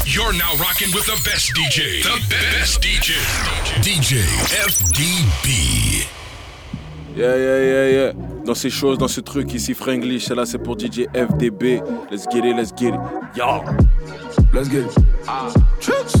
You're now rocking with the best DJ. The best DJ. DJ FDB. Yeah. Dans ces choses, dans ce truc ici, Franglish, là c'est pour DJ FDB. Let's get it. Yo. Let's get it. Trips.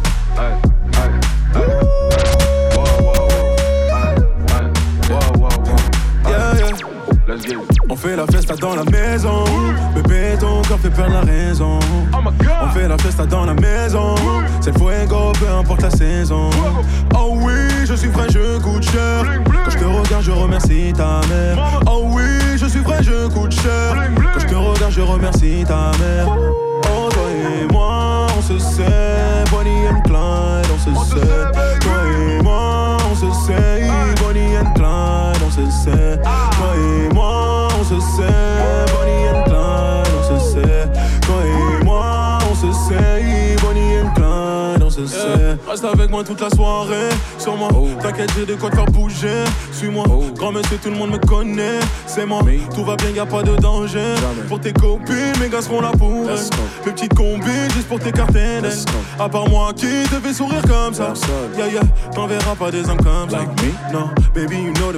Let's get it. On fait la festa dans la maison. Bébé, ton corps fait perdre la raison. On fait la festa dans la maison. C'est le fuego, peu importe la saison. Oh oui, je suis vrai, je coûte cher. Quand je te regarde, je remercie ta mère. Oh oui, je suis vrai, je coûte cher. Quand je te regarde, je remercie ta mère. Oh, toi et moi, on se sait. Bonnie and Clyde, on se sait. Toi et moi, on se sait. Bonnie and Clyde, on se sait. Toi et moi, on se sait. Bonnie and Clyde, on se sait. Toi et moi, on se sait. Bonnie and Clyde, on se sait. Reste avec moi toute la soirée. Sur moi, t'inquiète, j'ai de quoi te faire bouger. Suis-moi, grand monsieur, tout le monde me connaît. C'est moi, tout va bien, y'a pas de danger. Pour tes copines, mes gars seront là pour elles. Mes petites combines, juste pour t'écarter d'elles. À part moi qui te fait sourire comme ça. Yeah, t'en verras pas des hommes comme ça. Non, baby, you know the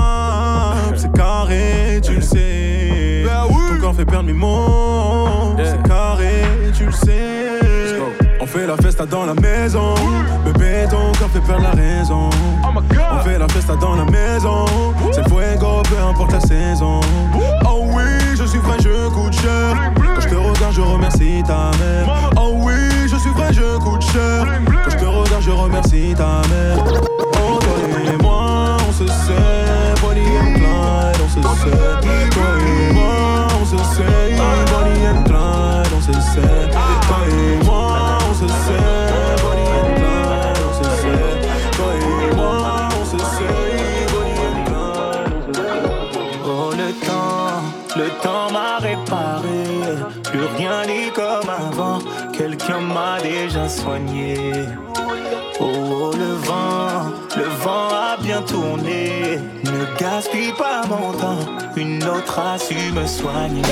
vibe. C'est carré, tu le sais. Ton corps fait perdre mes mots. C'est carré, tu le sais. On fait la festa dans la maison. Bébé, ton corps fait perdre la raison. On fait la festa dans la maison. C'est le fuego, peu importe la saison. Oh oui, je suis vrai, je coûte cher. Quand je te regarde, je remercie ta mère. Oh oui, je suis vrai, je coûte cher. Quand je te regarde, je remercie ta mère. Oh, toi et moi, on se sait. Bonnie and Clyde, on se sait. Toi et moi, on se sait. Bonnie and Clyde, on se sait. Toi et moi, on se sait. Bonnie and Clyde, on se sait. Toi et moi, on se sait. Bonnie and Clyde, on se sait. Oh, le temps m'a réparé. Plus rien n'est comme avant. Quelqu'un m'a déjà soigné. Oh, le vent a bien tourné. Ne gaspille pas mon temps. Une autre a su me soigner.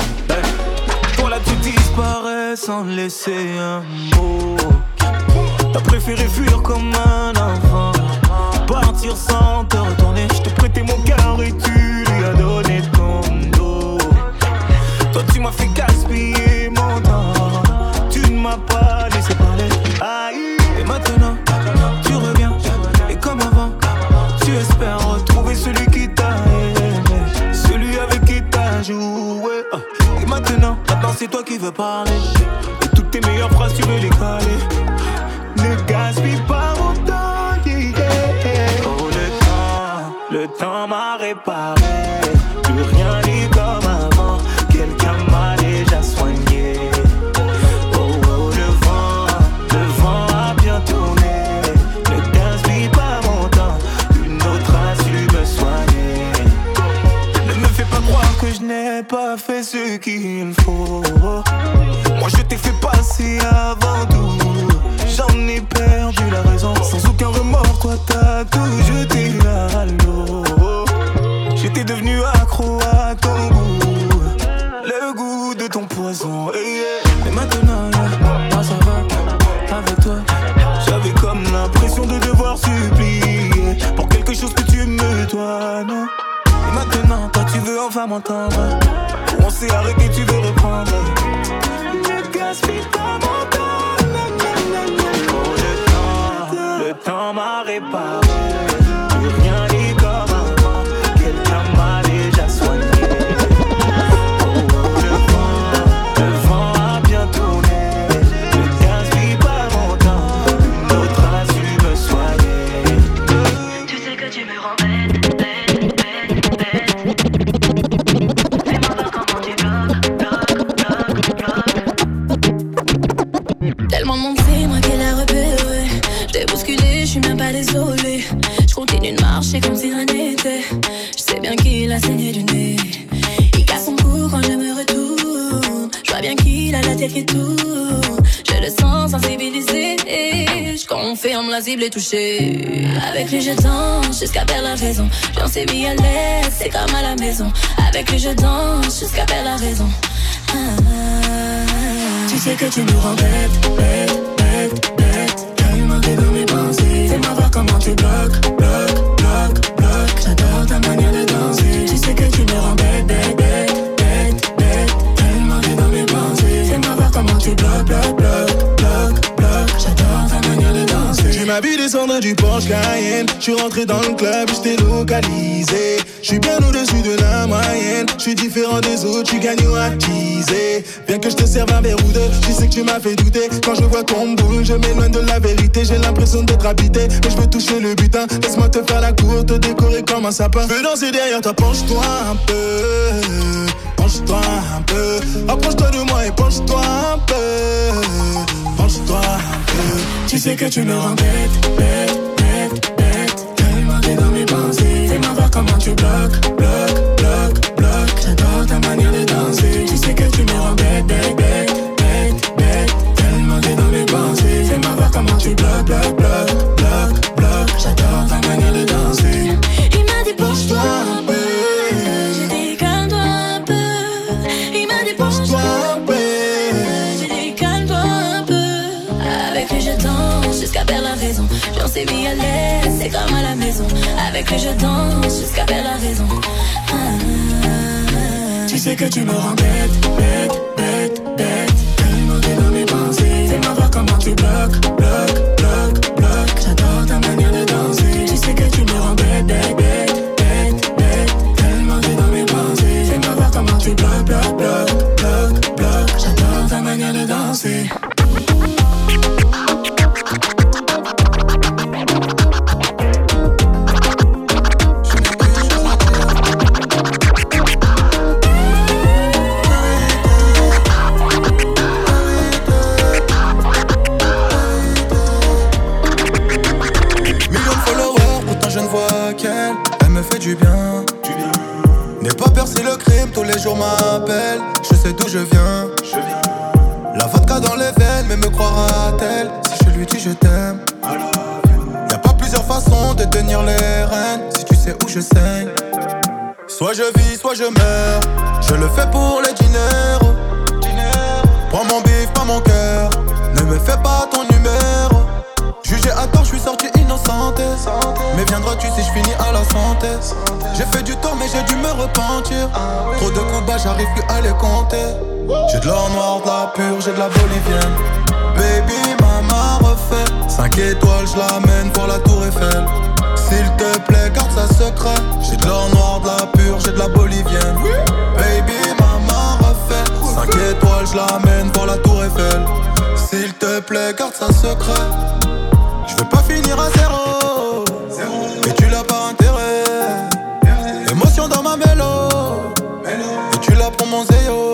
Toi là tu disparais sans laisser un mot. T'as préféré fuir comme un enfant. Partir sans te retourner. Je t'ai prêté mon cœur et tu lui as donné ton dos. Toi tu m'as fait gaspiller mon temps. Tu ne m'as pas laissé parler. Aïe. Et maintenant tu reviens. Et comme avant tu espères retrouver celui qui t'a aimé. Celui avec qui t'as joué. Et maintenant c'est toi qui veux parler. Et toutes tes meilleures phrases tu veux les caler. Ne gaspille pas mon temps, yeah. Oh le temps m'a réparé. Plus rien n'est comme avant. Quelqu'un m'a déjà soigné. Oh le vent a bien tourné. Ne gaspille pas mon temps. Une autre a su me soigner. Ne me fais pas croire que je n'ai pas fait ce qu'il faut. Moi je t'ai fait passer avant tout. J'en ai perdu la raison. Sans aucun remords, toi t'as tout jeté à l'eau. J'étais devenu accro à ton goût. Le goût de ton poison. Et maintenant, moi ça va avec toi. J'avais comme l'impression de devoir supplier pour quelque chose que tu me dois, non. Et maintenant, toi tu veux enfin m'entendre. On s'est arrêté, tu veux reprendre. Ne gaspille pas mon temps. Le temps m'a réparé. Plus rien n'est comme avant. Quelqu'un m'a déjà soigné. Le vent a bien tourné. Ne gaspille pas mon temps. Une autre a su me soigner. Tu sais que tu me rends bête. Fais-moi voir comment tu bloques. Tellement de monde, c'est moi qui l'a repéré. J't'ai bousculé, j'suis même pas désolé. J'continue de marcher comme si rien n'était. J'sais bien qu'il a saigné du nez. Il casse son cou quand je me retourne. J'vois bien qu'il a la tête qui tourne. Je le sens sensibilisé. J'confirme la cible est touchée. Avec lui je danse jusqu'à perdre la raison. J'en sais mis à l'aise, c'est comme à la maison. Avec lui je danse jusqu'à perdre la raison. Tu sais que tu me rends bête, bête, bête, bête. Tellement t'es dans mes pensées. Fais-moi voir comment tu bloques, bloques, bloques, bloques. J'adore ta manière de danser. Tu sais que tu me rends bête, bête, bête, bête, bête. Tellement t'es dans mes pensées. Fais-moi voir comment tu bloques, bloques, bloques, bloques, bloques. J'adore ta manière de danser. Tu m'as vu descendre du Porsche Cayenne. J'suis rentré dans le club, j't'ai localisé. J'suis bien au-dessus de la moyenne. J'suis différent des autres, j'suis gagnant à teaser. Bien que j'te serve un verre ou deux, je sais que tu m'as fait douter. Quand je vois ton boule, je m'éloigne de la vérité. J'ai l'impression d'être habité, mais je veux toucher le butin. Laisse-moi te faire la cour, te décorer comme un sapin. Je veux danser derrière toi, penche-toi un peu. Penche-toi un peu. Approche-toi de moi et penche-toi un peu. Penche-toi un peu. Tu sais que tu me rends bête, bête, bête, bête. Tellement t'es dans mes pensées. Fais-moi voir comment tu bloques, bloques, bloques, bloques. J'adore ta manière de danser. Tu sais que tu me rends bête, bête, bête, bête, bête. Tellement t'es dans mes pensées. Fais-moi voir comment tu bloques, bloques, bloques, bloques, bloques. J'adore ta manière de danser. Il m'a dit penche-toi un peu. J'ai dit calme-toi un peu. Il m'a dit penche-toi un peu. J'ai dit calme-toi un peu. Avec lui je danse jusqu'à perdre la raison. J'en sais mis à l'aise, c'est comme à la maison. Avec lui je danse jusqu'à perdre la raison. Tu sais que tu me rends bête, bête, bête, bête. Tellement t'es dans mes pensées. Fais-moi voir comment tu bloques, bloques, bloques, bloques. J'adore ta manière de danser. Tu sais que tu me rends bête, bête, bête, bête, bête. Tellement t'es dans mes pensées. Fais-moi voir comment tu bloques, bloques, bloques, bloques, bloques. J'adore ta manière de danser. M'appelle, je sais d'où je viens. La vodka dans les veines, mais me croira-t-elle si je lui dis je t'aime? Y'a pas plusieurs façons de tenir les rênes si tu sais où je saigne. Soit je vis, soit je meurs. Je le fais pour les diners. Prends mon bif, pas mon cœur. Ne me fais pas ton numéro. Jugé à tort, je suis sorti innocente. Mais viendras-tu si je finis à la santé? J'ai fait du tort mais j'ai dû me repentir. Trop de coups bas, j'arrive plus à les compter. J'ai de l'or noir, de la pure, j'ai de la bolivienne. Baby, maman refait 5 étoiles, je l'amène pour la tour Eiffel. S'il te plaît, garde ça secret. J'ai de l'or noir, de la pure, j'ai de la bolivienne. Baby, maman refait 5 étoiles, je l'amène pour la tour Eiffel. S'il te plaît, garde ça secret. Je veux pas finir à zéro, et tu l'as pas intérêt. Émotion dans ma mélo, et tu l'as pour mon zéo.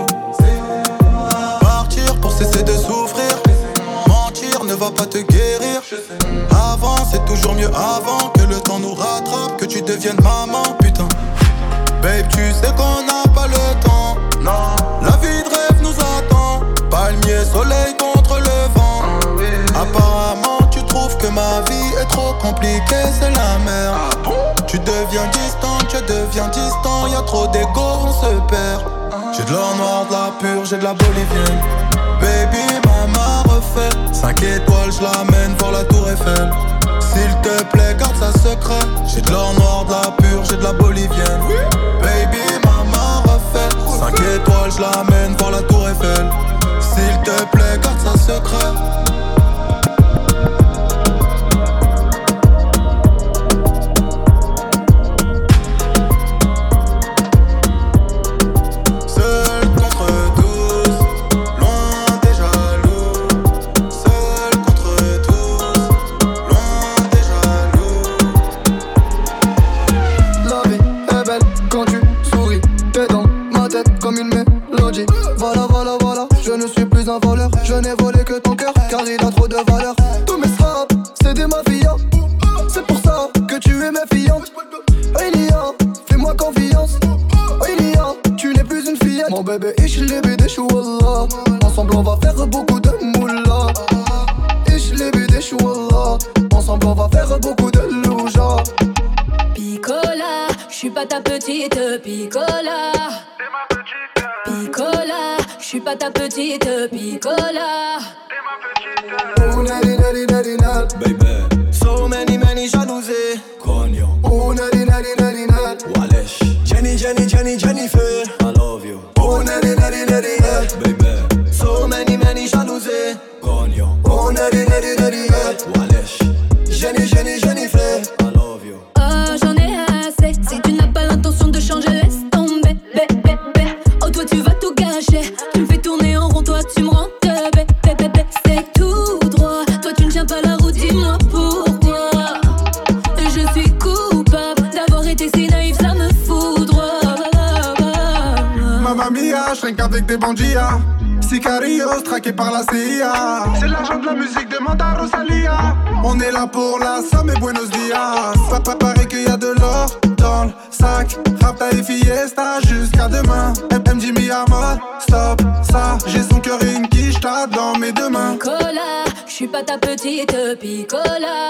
Partir pour cesser de souffrir. Mentir ne va pas te guérir. Avant c'est toujours mieux avant. Que le temps nous rattrape, que tu deviennes maman. Putain, babe tu sais qu'on n'a pas le temps. Non, la vie de rêve nous attend. Palmier, soleil contre le vent. Apparemment tu trouves que ma vie est trop compliquée, c'est la merde. Tu deviens distant, y'a trop d'égo, on se perd. J'ai de l'or noir, de la pure, j'ai de la bolivienne. Baby, maman refait 5 étoiles, je l'amène voir la tour Eiffel. S'il te plaît, garde ça secret. J'ai de l'or noir, de la pure, j'ai de la bolivienne. Baby, maman refait 5 étoiles, je l'amène voir la tour Eiffel. S'il te plaît, garde ça secret. Je n'ai volé que ton cœur, car il a trop de valeur. Tous mes straps, c'est des mafias. C'est pour ça que tu es méfiante. Elia, fais-moi confiance. Elia, tu n'es plus une fillette. Mon bébé, ich liebe dich, wallah. Ensemble on va faire beaucoup de moula. Ich liebe dich, wallah. Ensemble on va faire beaucoup de louja. Picola, j'suis pas ta petite Picola. Picola, j'suis pas pas ta petite picola. Oh nari nari nari nari, baby. So many jalousies. Cognon. oh nari nari nari nari, Walesh. Jennifer, I love you. oh nari nari nari nari, Baby. So many jalousies. Cognon. oh nari nari nari nari, Walesh. Jennifer, I love you. Oh j'en ai assez. Si tu n'as pas l'intention de changer, laisse tomber. Oh toi tu vas tout gâcher. Tu me fais tourner en rond, toi tu me rends teubé. C'est tout droit. Toi tu ne tiens pas la route, dis-moi pourquoi. Je suis coupable d'avoir été si naïf, ça me foudroie. Mamma mia, je traîne qu'avec des bandits. Sicarios, traqués par la CIA. C'est l'argent de la musique, demande à Rosalia. On est là pour la somme et buenos dias. Papa paraît qu'il y a de l'or dans le sac. Rapta et fiesta jusqu'à demain. MJ mi amor, stop ça. J'ai son cœur et une quiche, t'as dans mes deux mains. Picola, j'suis pas ta petite picola.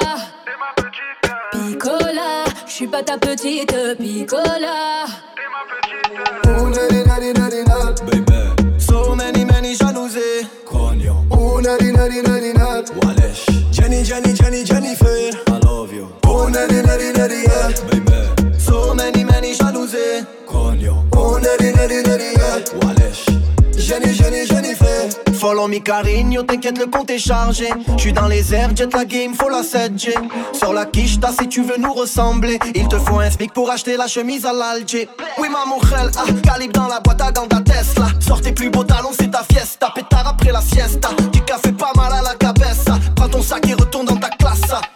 Picola, j'suis pas ta petite picola. Oh nari nari nari nari, Baby. So many jalousies. Cognon. oh nari nari nari nari, Walesh. Jennifer, I love you. oh nari nari nari nari, Baby. So many jalousies. Cognon. oh nari nari nari nari, Walesh. Jennifer. Follow me Carigno, t'inquiète le compte est chargé. J'suis dans les airs, jet la game, faut la 7G. Sur la quiche, t'as si tu veux nous ressembler. Il te faut un smic pour acheter la chemise à l'Alger. Oui ma mujer, calibre dans la boîte à gants de Tesla. Sors tes plus beaux talons, c'est ta fiesta. Pétard après la siesta, du café pas mal à la cabeza. Prends ton sac et retourne dans ta classe.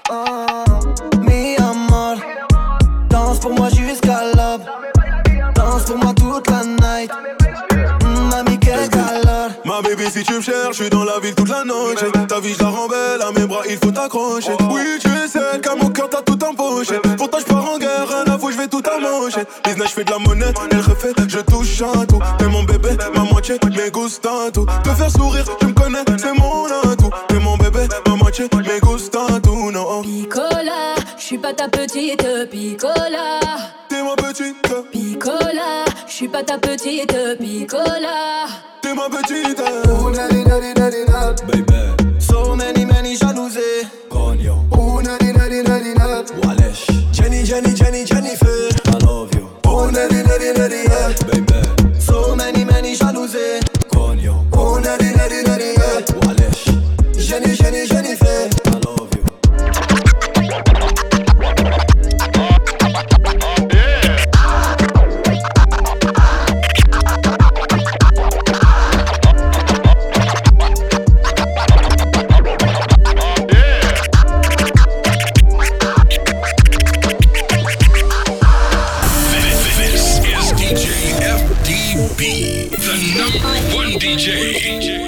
Mi amor, danse pour moi jusqu'à l'aube. Danse pour moi toute la night. Mami quel calor. Ma baby si tu me cherches, je suis dans la ville toute la noche. Ta vie je la rends belle, à mes bras il faut t'accrocher. Oui tu es celle car mon cœur t'a tout empoché. Pourtant je pars en guerre, rien à foutre, je vais tout emmancher. Business je fais de la monnaie, elle refait, je touche à tout. T'es mon bébé, ma moitié, mes gustan tout. Te faire sourire, tu me connais, c'est mon atout. T'es mon bébé, ma moitié, mes gustan tout, non. Picola, j'suis pas ta petite picola. T'es ma petite, Picola, j'suis pas ta petite picola. t'es ma petite. Oh nari nari nari nari, Baby. So many jalousies. Cognon. oh nari nari nari nari, Walesh. Jennifer, I love you. oh nari nari nari nari, Baby. So many jalousies. Cognon. oh nari nari nari nari, Walesh. Jennifer. I love you. This is DJ FDB, the #1 DJ.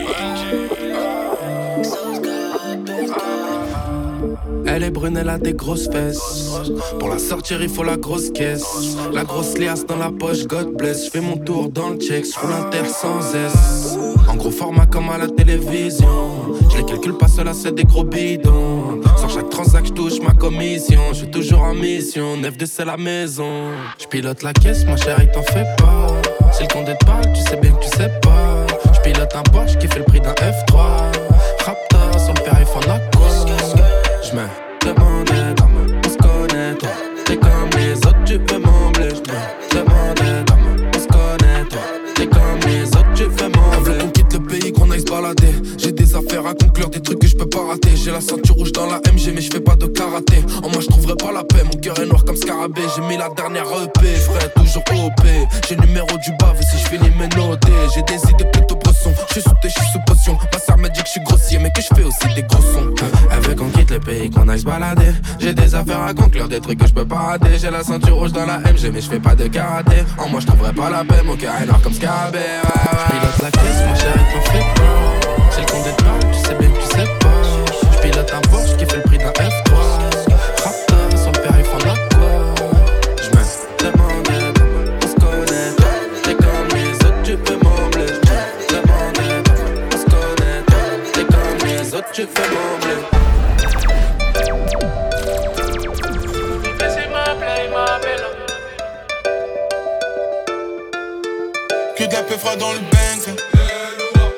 Elle est brune, elle a des grosses fesses. Pour la sortir, il faut la grosse caisse. La grosse liasse dans la poche, God bless. Je fais mon tour dans le check, je roule un terre sans S. En gros format comme à la télévision. Je les calcule pas, cela c'est des gros bidons. Sur chaque transac, je touche ma commission. Je suis toujours en mission, 9-2 c'est la maison. Je pilote la caisse, ma chérie, t'en fais pas. Si le compte te parle, tu sais bien que tu sais pas. Je pilote un Porsche qui fait le prix d'un F3. Raptor sur le périph' en aqua. Je me demandais comment on se connaît, toi. T'es comme les autres, tu peux m'embler. Je me demandais comment on se connaît, toi. T'es comme les autres, tu fais m'embler. Elle veut qu'on quitte le pays, qu'on aille se balader. J'ai des affaires à conclure, des trucs que je peux pas rater. J'ai la ceinture rouge dans la MG, mais je fais pas de karaté. En moi, je trouverai pas la paix, mon cœur est noir comme scarabée. J'ai mis la dernière EP, frère, toujours OP. J'ai le numéro du bave, si je finis mes notés. J'ai des idées plutôt bressons, je suis sous thé, je suis sous potion. Ma sœur me dit que je suis grossier, mais que je fais aussi des gros sons. Elle veut qu'on quitte le pays, qu'on aille se balader. J'ai des affaires à conclure, des trucs que je peux pas rater. J'ai la ceinture rouge dans la MG, mais je fais pas de karaté. En moi, je trouverai pas la paix, mon cœur est noir comme scarabée. Je pilote la caisse, ma chérie, t'en fais pas. C'est le compte des parles, tu sais bien que tu sais pas. Je pilote un Porsche qui fait le prix d'un F3. Raptor sur le périph' en aqua. Je me demandais comment on se connaît, toi. T'es comme les autres, tu peux m'embler. Je me demandais comment on se connaît, toi. T'es comme les autres, tu fais m'embler. Que de la peu froid dans le bang.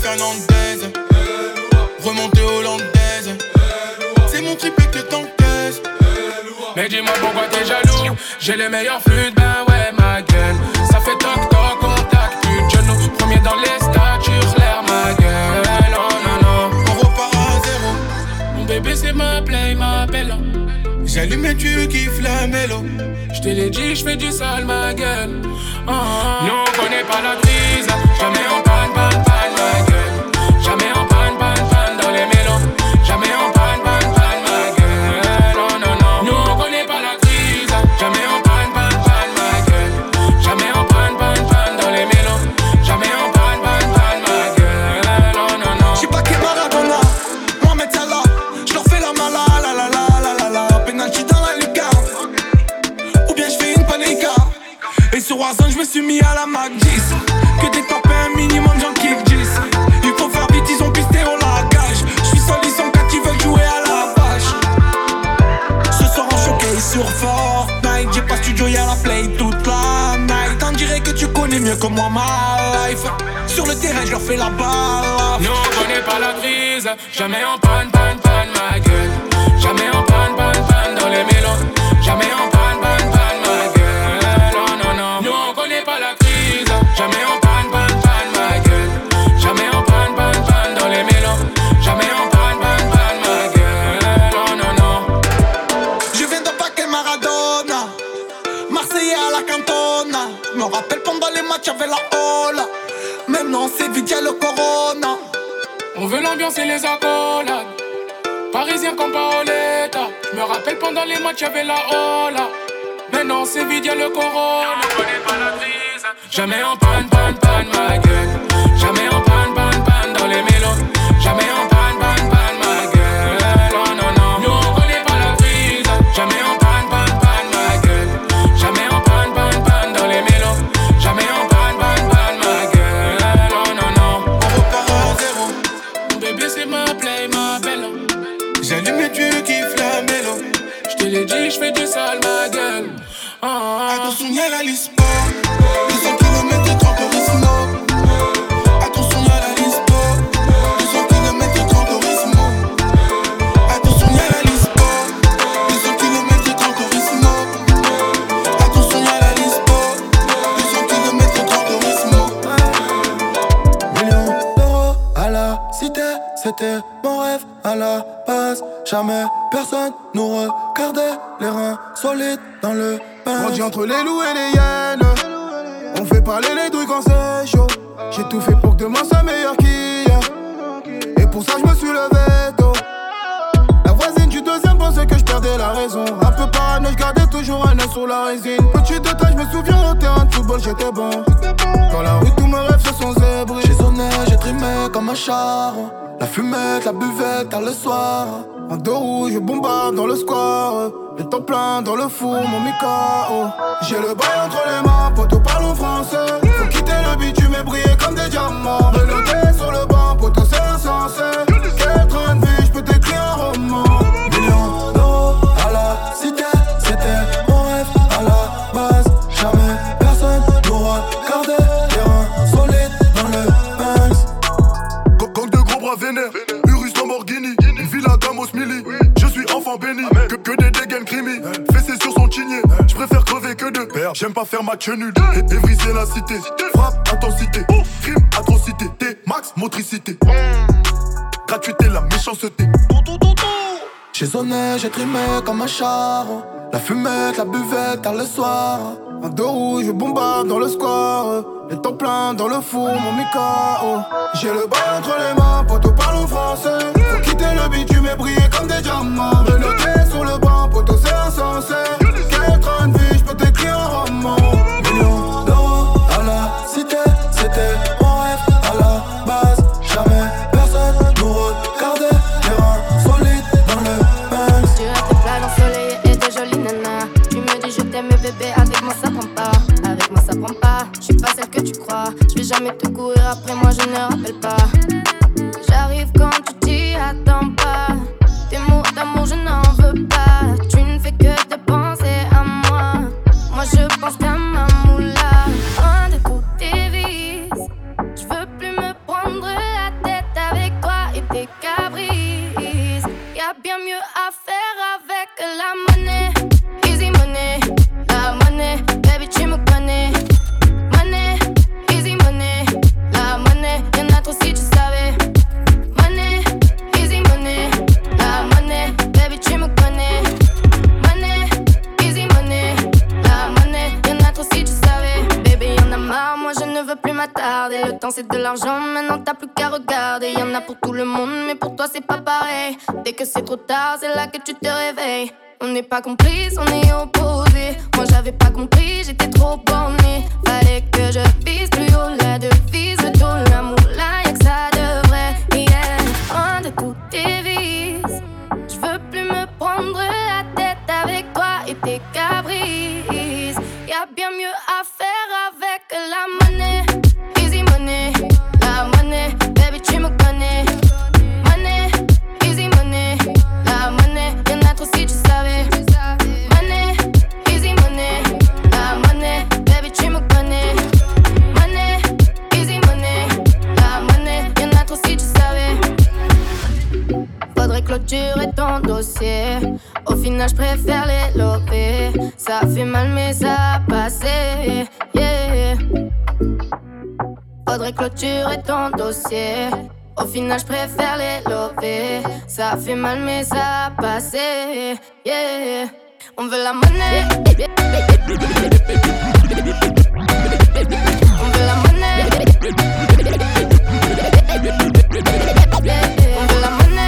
nantaise. Remontée hollandaise. C'est mon triplé que t'encaisses. Mais dis-moi pourquoi t'es jaloux. J'ai les meilleurs flûtes, ben ouais ma gueule. Ça fait toc toc, contact, plus de genoux. Premier dans les statures, l'air ma gueule. Oh non non, on repart à zéro. Mon bébé c'est ma play, ma belle. J'allume et tu kiffes la mélo. Je te l'ai dit, je fais du sale ma gueule. Oh, oh. Nous on connaît pas la crise. Jamais en panne, panne, panne ma gueule. Jamais en panne, panne, panne dans les mélos. Jamais en panne, panne, panne ma gueule. Oh non non, nous on connaît pas la crise. Jamais en panne, panne, panne ma gueule. Jamais en panne, panne, panne dans les mélos. Jamais en panne, panne, panne ma gueule. Oh non non. J'suis pas qu'est Maradona, Mohamed Salah. J'leur fais la mala, la la la la la la. Penalty dans la lucarne. Ou bien j'fais une panica. Et sur Warzone j'me suis mis à la Mac 10. Que des tapés un minimum j'en kick 10. Il faut faire vite, ils ont pisté au lagage. J'suis seul, ils sont 4 qui veulent jouer à la vache. Ce soir en showcase sur Fortnite. J'ai pas studio, y'a la play toute la night. On dirait que tu connais mieux que moi ma life. Sur le terrain j'leur fais la balle. Nous on connaît pas la crise. Jamais en panne, panne, panne ma gueule. Jamais en panne, panne, panne dans les mélos. Jamais en panne, panne, panne ma gueule. Oh non non, nous on connaît pas la crise. Jamais en panne, panne, panne ma gueule. Jamais en panne, panne, panne dans les mélos. Jamais en panne, panne, panne ma gueule. Oh non non. Je viens de paquet Maradona, Marseillais à la Cantona. Me rappelle pendant les matchs y'avait la hola. Maintenant c'est vite y'a le Corona. On veut l'ambiance et les accolades. Parisien comme Paoletta. Me rappelle pendant les matchs y'avait la hola. Maintenant c'est vide y'a le Corona. On connaît pas la crise. Jamais en panne, panne, panne ma gueule. Jamais en panne, panne, panne dans les mélos. Jamais en panne, panne, panne ma gueule. Oh non non, nous on connaît pas la crise. Jamais en panne, panne, panne ma gueule. Jamais en panne, panne, panne dans les mélos. Jamais en panne, panne, panne ma gueule. Oh non non, on repart à zéro. Mon bébé c'est ma play, ma belle. J'allume et tu kiffes la mélo. Je te l'ai dit, je fais du sale ma gueule. Oh, oh. Attention y'a la Lispo. 200 km 30 au rythme. Attention y'a la Lispo. 200 km 30 au rythme. Attention y'a la Lispo. 200 km 30 au rythme. Attention y'a la Lispo. 200 km 30 au rythme. Millions d'euros à la cité, c'était mon rêve à la base. Jamais personne nous regardait, les reins solides dans le pain. Grandi entre les loups et les hyènes. On fait parler les douilles quand c'est chaud. J'ai tout fait pour que demain soit meilleur qu'hier. Et pour ça je me suis levé tôt. La voisine du deuxième pensait que je perdais la raison. Un peu parano, je gardais toujours un œil sur la résine. Petit détail, je me souviens au terrain de football j'étais bon. Dans la rue tous mes rêves se sont zébrés. J'ai sonné, j'ai trimé comme un charron. La fumette, la buvette, tard le soir. En dos rouge, je bombarde dans le square. Le temps plein dans le four, mon Mikao. J'ai le bail entre les mains, poteau parlons français. Faut quitter le bitume et briller comme des diamants. Menotté sur le banc, poteau c'est insensé. Quel train de vie, je peux t'écrire un roman. Millions d'euros à la cité, c'était mon rêve à la base. Jamais personne nous regardait, les reins solides dans le Benz. Gang de gros bras vénères, Urus Lamborghini, une villa Gamos Mili. Je suis enfant béni, que des dégaines crimi. Fessé sur son chigné, je préfère crever que de perdre. J'aime pas faire match nul et briser la cité. Frappe, intensité, crime, atrocité. T-max, motricité. Gratuité, la méchanceté. J'ai sonné, j'ai trimé comme un charron. La fumette, la buvette, tard le soir. En dos rouge, je bombarde dans le square. Le temps plein dans le four, mon Mikao. J'ai le bail entre les mains, poteau parlons français. Faut quitter le bitume et briller comme des diamants. Menotté sur le banc, poteau c'est insensé. Quel train de vie, je peux t'écrire un roman. Millions d'euros à la cité, c'était mon rêve à la base. Jamais personne nous regardait, les reins solides dans le Benz. Tu as tes plages ensoleillées et des jolies nanas. Tu me dis je t'aime bébé, avec moi ça prend pas. Avec moi ça prend pas, je suis pas celle que tu crois. Je vais jamais te courir après moi, je ne rappelle pas. J'arrive quand tu t'y attends pas. Tes mots d'amour je n'en veux pas. Tu ne fais que de penser à moi. Moi je pense qu'à ma moula. Loin de toutes tes vices, je veux plus me prendre la tête. temps c'est de l'argent, maintenant t'as plus qu'à regarder. Y'en a pour tout le monde, mais pour toi c'est pas pareil. Dès que c'est trop tard, c'est là que tu te réveilles. On n'est pas complices, on est opposés. Moi j'avais pas compris, j'étais trop bornée. Fallait que je vise plus haut, la devise, le dos, l'amour, là y'a que ça de vrai. Yeah, loin de toutes tes vices. J'veux plus me prendre la tête avec toi et tes caprices. Y'a bien mieux à faire avec la monnaie. Easy money, la monnaie, baby tu me connais. Money, easy money, la monnaie, y'en a trop si tu savais. Money, easy money, la monnaie, baby tu me connais. Money, easy money, la monnaie, y'en a trop si tu savais. Faudrait clôturer ton dossier. Au final j'préfère les lover. Ça fait mal mais ça a passé, yeah. Faudrait clôturer ton dossier. Au final j'préfère les lover. Ça fait mal mais ça a passé, yeah. On veut la monnaie. On veut la monnaie. On veut la monnaie.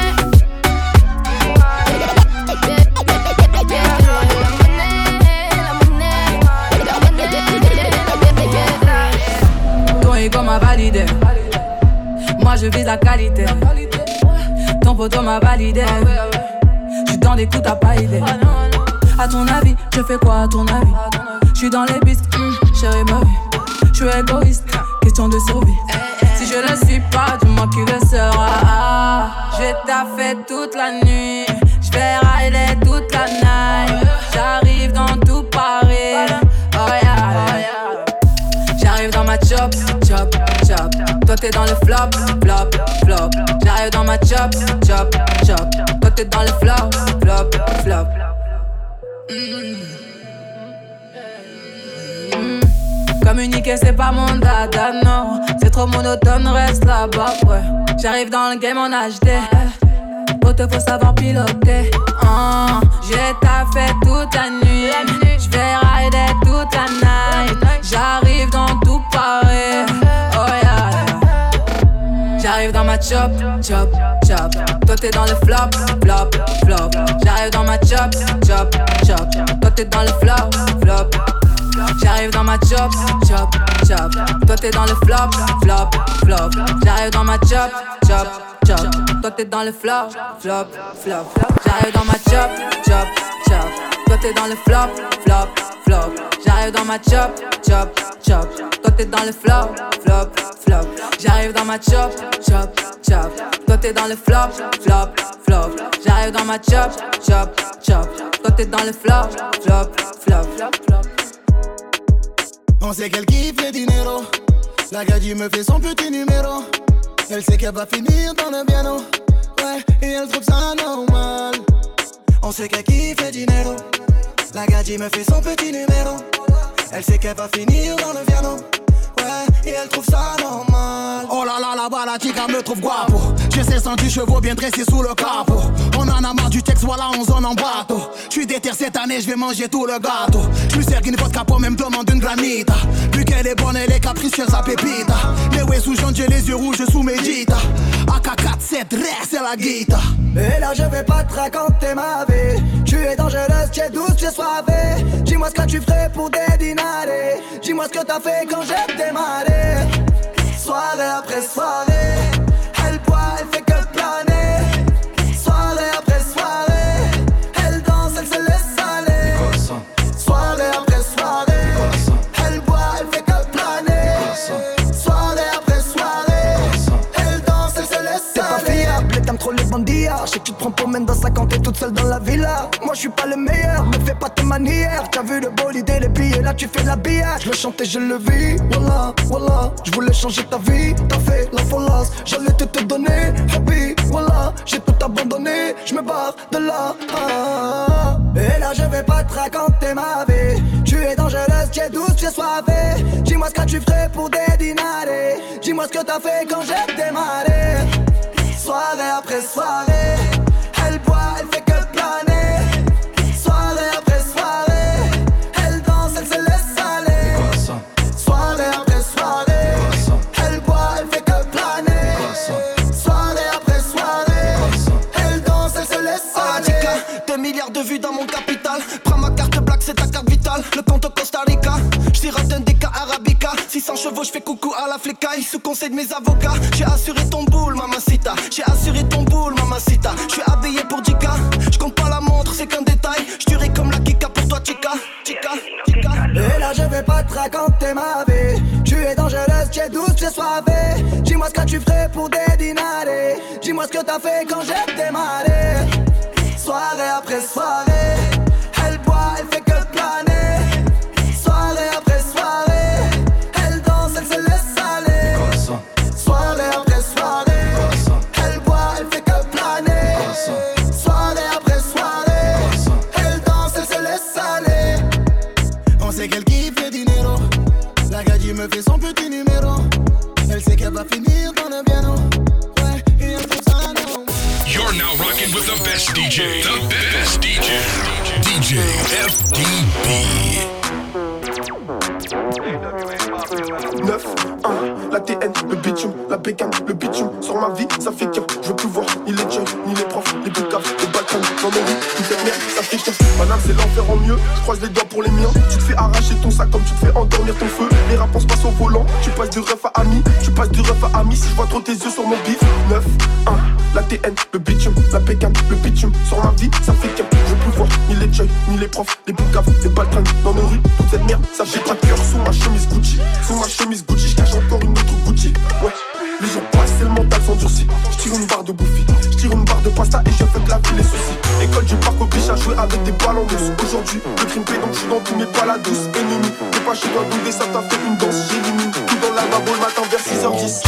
Ton ego m'a validé. Moi je vise la qualité. Ton poteau m'a validé. J'suis dans des coups, t'as pas idée. A ton avis, je fais quoi à ton avis? J'suis dans les pistes, chérie ma vie. J'suis égoïste, question de survie. Si je le suis pas, dis-moi qui le sera. J'ai taffé toute la nuit. J'vais rider toute la night. J'arrive dans tout Paris. Oh yeah. J'arrive dans ma chop, chop, chop. Toi t'es dans le flop, flop, flop. J'arrive dans ma chop, chop, chop. Toi t'es dans le flop, flop, flop. Communiquer c'est pas mon dada, non. C'est trop monotone, reste là-bas, ouais. J'arrive dans le game en HD. Auto faut savoir piloter. J'ai taffé toute la nuit. J'vais rider toute la night. J'arrive dans tout Paris. Oh yeah. J'arrive dans ma chop, chop, chop. Toi t'es dans le flop, flop, flop. J'arrive dans ma chop, chop, chop. Toi t'es dans le flop, flop. J'arrive dans ma chop, chop, chop. Toi t'es dans le flop, flop, flop. J'arrive dans ma chop, chop, chop. Toi t'es dans le flop, flop, flop. J'arrive dans ma chop, chop, chop. Toi t'es dans le flop, flop, flop. J'arrive dans ma chop, chop, chop. Toi t'es dans le flop, flop, flop. J'arrive dans ma chop, chop, chop. Toi t'es dans le flop, flop, flop. J'arrive dans ma chop, chop, chop. Toi t'es dans le flop, flop, flop, flop. On sait qu'elle kiffe le dinero. La gadji me fait son petit numéro. Elle sait qu'elle va finir dans le piano. Ouais, et elle trouve ça normal. On sait qu'elle kiffe le dinero. La gadji me fait son petit numéro. Elle sait qu'elle va finir dans le piano. Ouais, et elle trouve ça normal. Oh là là, là-bas la chica me trouve guapo. J'ai 610 chevaux bien dressés sous le capot. On en a marre du texte, voilà on zone en bateau. J'suis déter cette année, j'vais manger tout le gâteau. J'lui sers une vodka pour même demande une granita. Vu qu'elle est bonne, elle est capricieuse, sa pépita. Les ouais sous jaune, j'ai les yeux rouges sous Medita. AK-47, c'est la guita. Et là je vais pas te raconter ma vie. Tu es dangereuse, tu es douce, tu es soivée. Dis-moi ce que tu ferais pour dédinarer. Dis-moi ce que t'as fait quand j'ai démarré. Soirée après soirée, elle boit, elle fait que planer. Soirée après soirée, elle danse, elle se laisse aller. Soirée après soirée, elle boit, elle fait que planer. Soirée après soirée, elle danse, elle se laisse aller. T'es pas fiable, t'aimes trop les bandillas. Je sais que tu te prends pour même dans 50, t'es toute seule dans la villa. Moi je suis pas le meilleur, me fais pas tes manières. T'as vu le bolide et les billets, là tu fais l'habillage. Je le chantais, je le vis, voilà, voilà. Je voulais changer ta vie, t'as fait la folasse. J'allais te donner, happy, voilà. J'ai tout abandonné, je me barre de là. Et là je vais pas te raconter ma vie. Tu es dangereuse, tu es douce, tu es soivée. Dis-moi ce que tu ferais pour dédinarer. Dis-moi ce que t'as fait quand j'ai démarré. Soirée après soirée, elle boit, elle fait que planer. Soirée après soirée, elle danse, elle se laisse aller. Soirée après soirée, elle boit, vue dans mon capital. Prends ma carte black, c'est ta carte vitale. Le compte au Costa Rica, j't'irate un DK Arabica. 600 chevaux, j'fais coucou à la flécaille. Sous conseil de mes avocats, j'ai assuré ton boule, mamacita. J'ai assuré ton boule, mamacita. J'suis habillé pour 10K, j'compte pas la montre, c'est qu'un détail. J'tuerai comme la Kika pour toi, chica, chica, chica. Et là je vais pas te raconter ma vie. Tu es dangereuse, tu es douce, tu es soivée. Dis-moi ce que tu ferais pour des dinars. Dis-moi ce que t'as fait quand j'ai démarré. Soirée après soirée, elle boit, elle fait que planer. Soirée après soirée, elle danse, elle se laisse aller. Soirée après soirée, elle boit, elle fait que planer. Soirée après soirée, elle danse, elle se laisse aller. On sait qu'elle kiffe le dinero. La gadji me fait son petit numéro. Elle sait qu'elle va finir dans le piano. Ouais, et elle fait ça non. You're now rocking with the best DJ. The best DJ. DJ FDB. 9-1, la TN, le bitume, la bécane, le bitume. Sur ma vie, ça fait qu'un. Je veux plus voir ni les jeunes, ni les profs, les boucaves, les balcons. Dans mon lit, toute cette merde, ça fait qu'un. Madame, c'est l'enfer en mieux. Je croise les doigts pour les miens. Tu te fais arracher ton sac comme tu te fais endormir ton feu. Les rapports passent au volant. Tu passes de ref à ami. Tu passes de ref à ami. Si je vois trop tes yeux sur mon bif. 9-1, la TN, le bitume, la bécane, le bitume. Sur ma vie, ça fait qu'un. Je veux plus voir ni les jeunes, ni les profs, les boucaves, les balcons. Dans nos rues, toute cette merde, ça fait pas de cœur sous ma chemise Gucci. Sous ma chemise Gucci, je cache encore une autre Gucci. Ouais, les jours passent et le mental s'endurcit. J'tire une barre de bouffi, j'tire une barre de pasta et je fais que la vie les soucis. École du parc au biche à jouer avec des ballons douces. Aujourd'hui, le crime paie donc j'suis dans tous mes balados. Ennemi, t'es pas chez toi donc ça t'a fait une danse. J'élimine tout dans la babo le matin vers 6h10.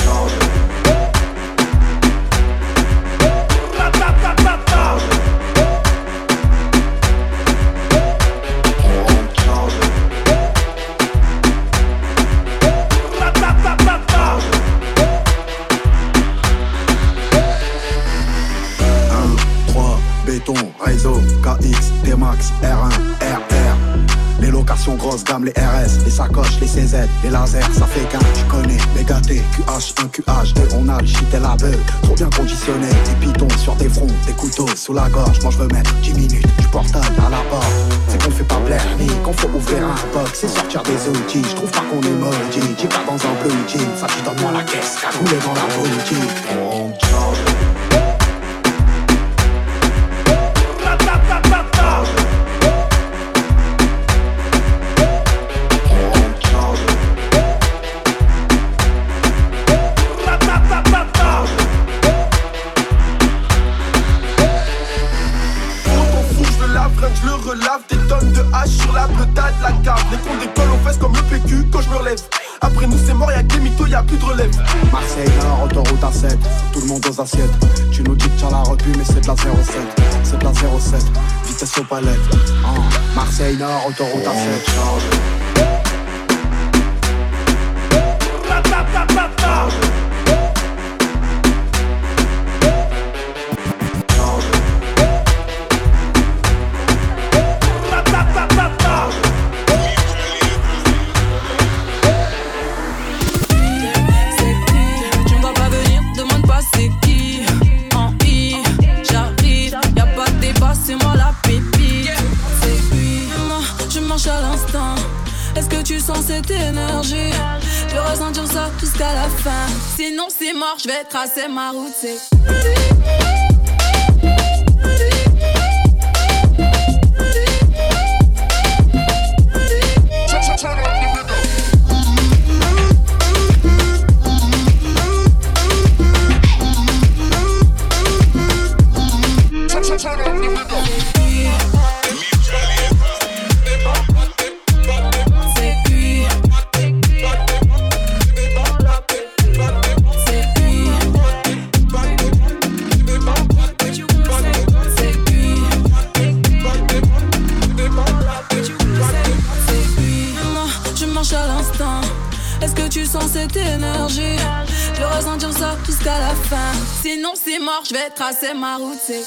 Réseau, KX, D-Max, R1, RR. Les locations grosses gamme, les RS, les sacoches, les CZ, les lasers, ça fait qu'un. Tu connais, les gâtés, QH1, QH2, on a le shit et la beuh. Trop bien conditionné, des pitons sur des fronts, des couteaux sous la gorge. Moi je veux mettre 10 minutes, du portail à la porte. C'est qu'on fait pas plaire ni qu'on faut ouvrir un box, c'est sortir des outils. Je trouve pas qu'on est maudit, j'y pas dans un blue jean. Ça dit donne-moi la caisse, cagoulé dans la boutique. On charge. Je le relave, des tonnes de hache sur la bedade, la cave. Les cons décollent aux fesses comme le PQ quand je me relève. Après nous c'est mort, y'a que des mythos, y'a plus de relève. Marseille Nord, autoroute A7, tout le monde aux assiettes. Tu nous dis que t'as la repu mais c'est de la 07. C'est de la 07, vitesse aux palettes. Marseille Nord, autoroute A7. Est-ce que tu sens cette énergie? Je vais ressentir ça jusqu'à la fin. Sinon c'est mort, je vais tracer ma route. C'est cette énergie, je vais ressentir ça jusqu'à la fin. Sinon c'est mort, je vais tracer ma route. C'est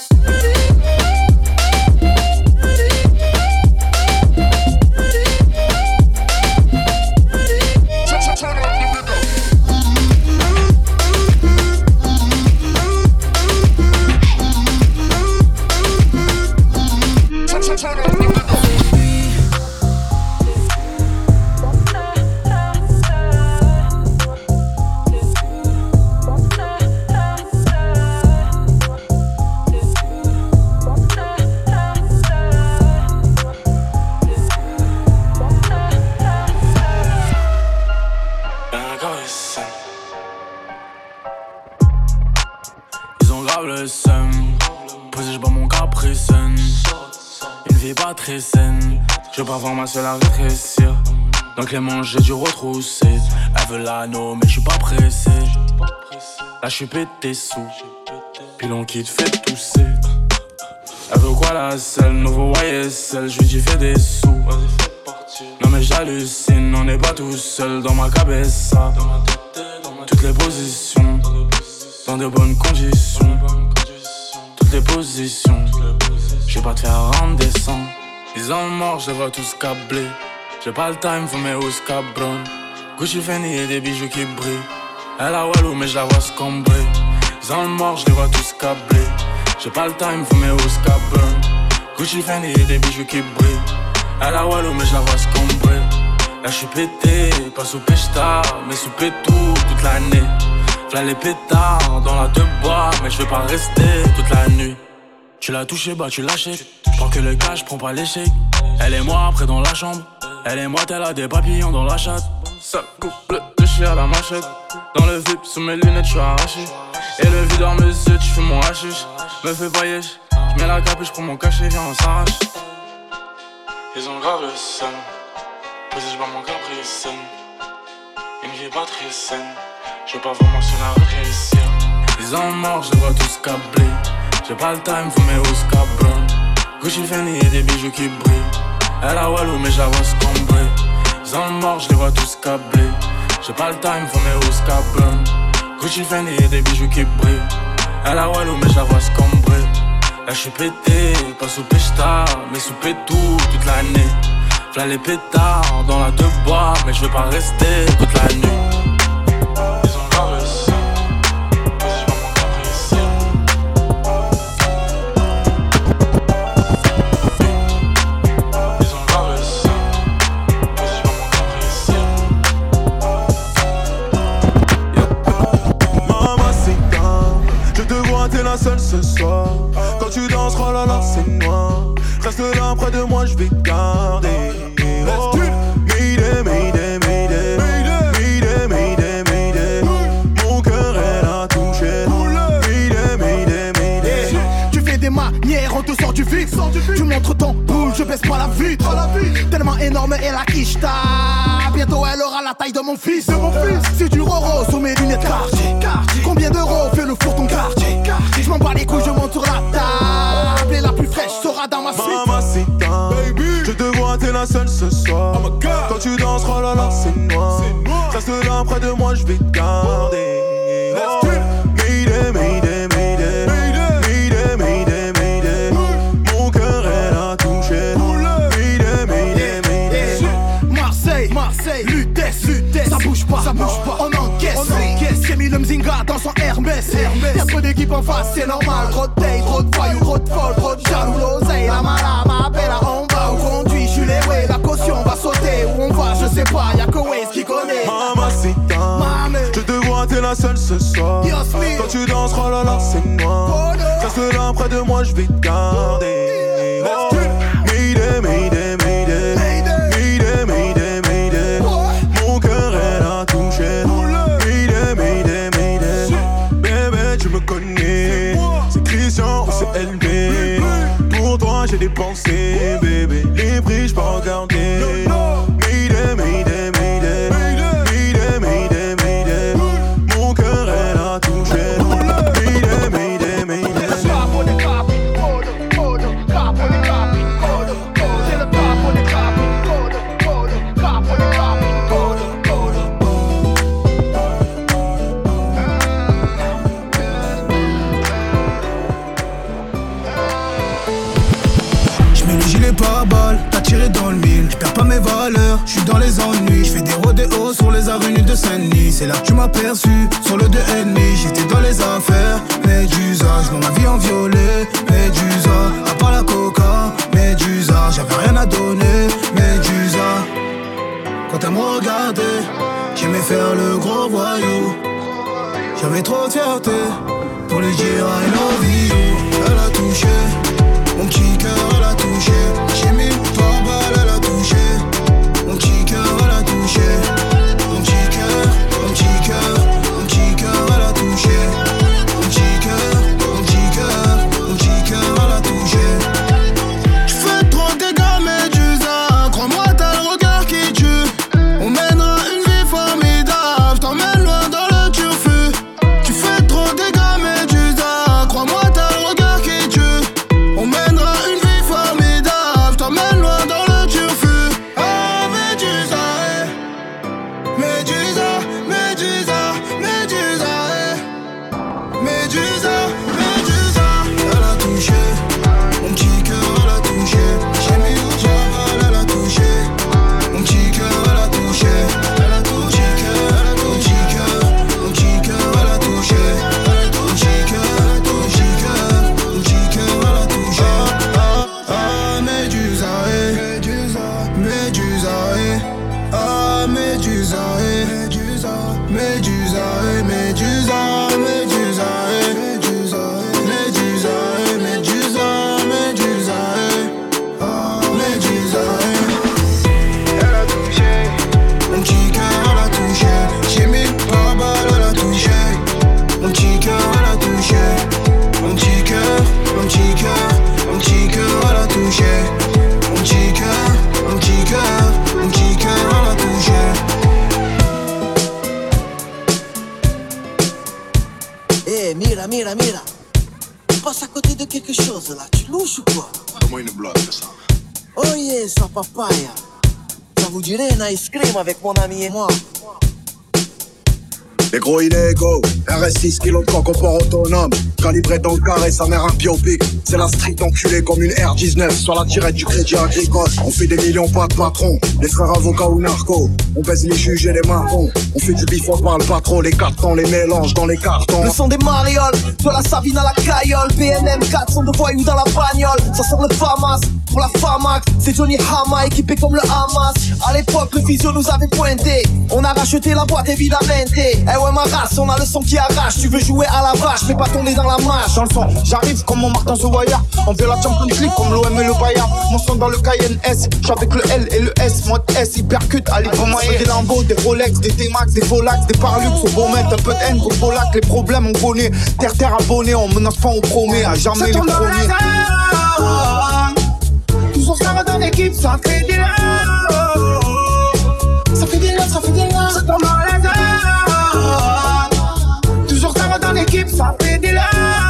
Posé, j'bats mon capricène. Une vie pas très saine. Je veux pas voir ma seule à rétrécir. Donc les manches j'ai dû retrousser. Elle veut l'anneau mais j'suis pas pressé. Là j'suis pété sous. Pilon qui te fait tousser. Elle veut quoi la selle, nouveau YSL, j'lui dis fais des sous. Non mais j'hallucine, on n'est pas tout seul dans ma cabessa. Toutes les positions, dans de bonnes conditions. Toutes les positions, j'vais pas te faire rendre des sangs. Ils ont mort, je les vois tous câblés. J'ai pas le time, faut mes housses cabron. Gucci Fendi et des bijoux qui brillent. Elle a Walou mais je la vois scombrer. Ils ont mort, je les vois tous câblés. J'ai pas le time, faut mes housses cabron. Gucci Fendi et des bijoux qui brillent. Elle a Walou mais je la vois scombrer. Là j'suis pété, pas sous pêche-tard, mais sous pétou toute l'année. V'là les pétards dans la deux bois, mais je vais pas rester toute la nuit. Tu l'as touché, bah tu lâches. Prends que le cash, prends pas l'échec. Elle et moi après dans la chambre. Elle et moi t'elle a des papillons dans la chatte. Ça couple de chien à la machette. Dans le VIP sous mes lunettes j'suis arraché. Et le vide dans mes yeux tu fais mon hashish. Me fais pas yesh. J'mets la cape et j'prends mon cachet, viens on s'arrache. Ils ont grave le seum. Posé j'bats mon capricène. Une vie pas très saine. Je veux pas vraiment sur la réussir. Ils ont mort, je les vois tous câblés. J'ai pas le time, faut mes housses cabron. Gucci Fendi et des bijoux qui brillent. Elle a Walou mais je la vois scombrer. Ils ont mort, je les vois tous câblés. J'ai pas le time, faut mes housses cabron. Gucci Fendi et des bijoux qui brillent. Elle a Walou mais je la vois scombrer. Là j'suis pété, pas sous pêche-tard, mais sous pétou toute l'année. V'là les pétards dans la deux bois, mais je veux pas rester toute la nuit. T'es la seule ce soir. Quand tu danses, oh là là, c'est noir. Reste là près de moi, je vais te garder. Oh. Mayday, mayday, mayday. Mayday, mayday, mayday. Mon cœur, elle a touché. Mayday, mayday, mayday. Tu fais des manières, on te sort du vif. Tu montres ton boule, je baisse pas la vitre. Tellement énorme, elle a quicheta. Bientôt elle aura la taille de mon fils. C'est du roro sous mes lunettes quartier. Combien d'euros fait le four ton quartier? Je m'en bats les couilles, je monte sur la table. Et la plus fraîche sera dans ma suite. Mamacita, je te vois, t'es la seule ce soir. Quand tu danses, oh là là, c'est noir. Reste là près de moi, je vais te garder. Oh. Mayday, mayday, mayday. Mayday, mayday, mayday. Mon cœur, elle a touché. Mayday, mayday, mayday. Marseille, Lutèce, ça bouge pas, on encaisse. J'ai mis le Mzinga dans son Hermès. Y'a trop d'équipes en face, c'est normal. Trop de taille, trop de voyous, trop de folle, trop de jaloux. L'oseille, la mala, m'appelle à on va. Où conduit, j'suis les way, la caution va sauter. Où on va, je sais pas, y'a que Waze qui connaît. Mamacita, je te vois, t'es la seule ce soir. Quand tu danses, oh là là, c'est noir. Reste là près de moi, je vais te garder. Oh. Mayday, mayday, mayday. Mayday, mayday, mayday. Mon cœur, elle a touché. Mayday, mayday, mayday. Bébé, tu me connais. C'est Christian ou c'est LB. Pour toi, j'ai dépensé, bébé. Les prix, j'peux regarder. Mayday, mayday, mayday. Mayday, mayday, mayday. Mon cœur, elle a touché. Mayday, mayday, mayday. Pare-balles, t'as tiré dans le mille. J'perds pas mes valeurs, j'suis dans les ennuis. J'fais des rodéos sur les avenues de Saint-Denis. C'est là que tu m'as perçu, sur le 2,5. J'étais dans les affaires, Médusa. J'vends ma vie en violet, Médusa. À part la coca, Médusa. J'avais rien à donner, Médusa. Quand elle me regardait, j'aimais faire le gros voyou. J'avais trop de fierté pour lui dire I love you. Elle a touché mon petit cœur, elle a touché. J'ai mis par balle, elle a touché. Mon petit cœur, elle a touché. Mon petit cœur, mon petit cœur, mon petit cœur, elle a touché. Mon petit cœur, mon petit cœur, mon petit cœur, à côté de quelque chose là, tu louches ou quoi? Donne-moi une bloc de ça. Oh yeah, ça papaya. Ça vous dirait un ice cream avec mon ami et moi? Les gros illégaux, RS6 kilos de coq au port autonome. Calibré dans le carré, sa mère un pied au pic. C'est la street enculée comme une R19 sur la tirette du crédit agricole. On fait des millions, pas de patron. Les frères avocats ou narcos. On baise les juges et les marrons. On fait du bif, on parle pas trop. Les cartons, les mélanges dans les cartons. Le son des marioles, de la Sabine à la caillole. PNM 4 sont de voyous dans la bagnole. Ça sort le FAMAS, pour la FAMAX. C'est Johnny Hama équipé comme le Hamas. À l'époque le physio nous avait pointé. On a racheté la boîte évidemment. Eh ouais ma race, on a le son qui arrache. Tu veux jouer à la vache, mais pas tomber dans la mâche. Dans le son, j'arrive comme mon Martin Sauvaillard. On veut la Champions League comme l'OM et le Bayern. Mon son dans le Cayenne S, j'suis avec le L et le S. Mode S, hypercute, allez pour moi. Des Lambo, des Rolex, des T-Max, des Volax, des Parlux. Au beau mettre un peu de haine, gros Polac. Les problèmes on connaît, terre abonné. On menace pas, on promet à jamais les premiers. Toujours ça va dans l'équipe, ça fait des love. Ça fait des love, ça fait des love. Ça tombe dans les airs. Toujours ça va dans l'équipe, ça fait des love.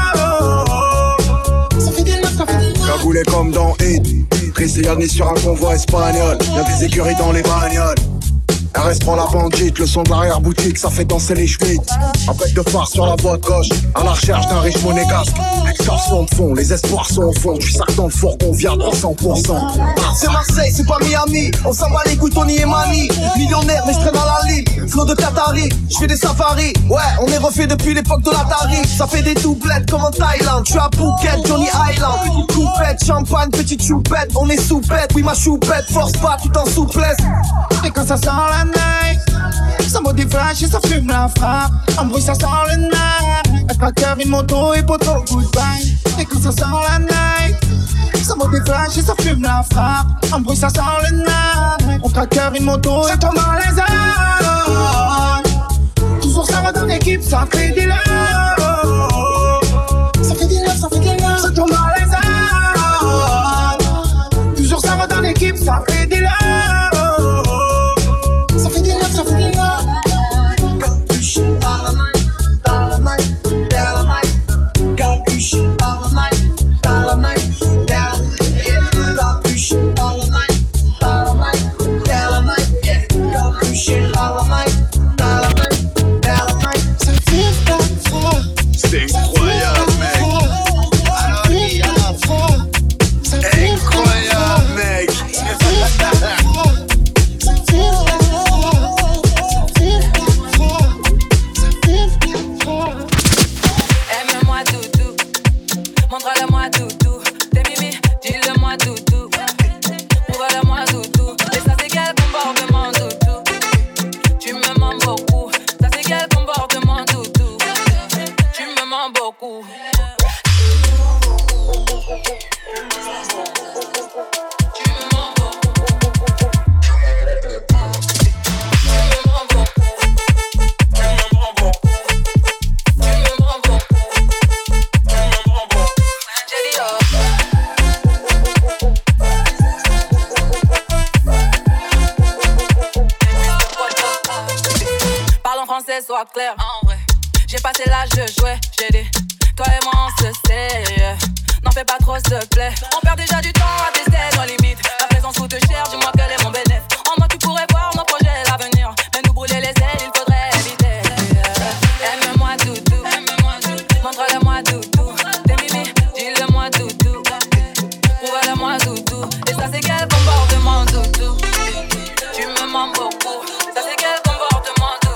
Ça fait des love, ça fait des love. Cagoulé comme dans Hit. Trissiani sur un convoi espagnol. Y'a des écuries dans les bagnoles. RS prend la bandite, le son de l'arrière-boutique, ça fait danser les schmitts. Un bec de phare sur la voie de gauche, à la recherche d'un riche monégasque. Extorsion de fond, les espoirs sont au fond. Du sac dans le fourgon, viande à 100%. C'est Marseille, c'est pas Miami. On s'en bat les couilles, Tony et Mani. Millionnaire, mais je traîne dans la ligne. Flow de Qatari, je fais des safaris. Ouais, on est refait depuis l'époque de l'Atari. Ça fait des doublettes comme en Thaïlande. Je suis à Phuket, Johnny Island. Petite coupette, champagne, petite choupette. On est soupette, oui ma choupette. Force pas, tout en souplesse. Et quand ça sent la neige, ça vaut des flashs et ça fume la frappe. En bruit ça sent le nerf. Un tracteur, une moto et poteau, goodbye. Et quand ça sent la neige, ça vaut des flashs et ça fume la frappe. En bruit ça sent le nerf. Un tracteur, une moto, ça tombe dans les airs. Toujours ça va dans l'équipe, ça fait des love. Ça fait des love, ça fait des love. Ça tombe dans les airs. Toujours ça va dans l'équipe, ça fait des love. Sois clair, en vrai. J'ai passé l'âge de jouer, j'ai dit. Toi et moi on se sait, n'en fais pas trop s'il te plaît. On perd déjà du temps à tester nos limites. La présence coûte cher, dis-moi quel est mon bénéfice. En moi tu pourrais voir nos projets l'avenir. Mais nous brûler les ailes, il faudrait éviter. Aime-moi doudou, montre-le-moi doudou. T'es mimi, dis-le-moi doudou. Prouve-le-moi doudou. Et ça c'est quel comportement doudou. Tu me mens beaucoup. Ça c'est quel comportement doudou.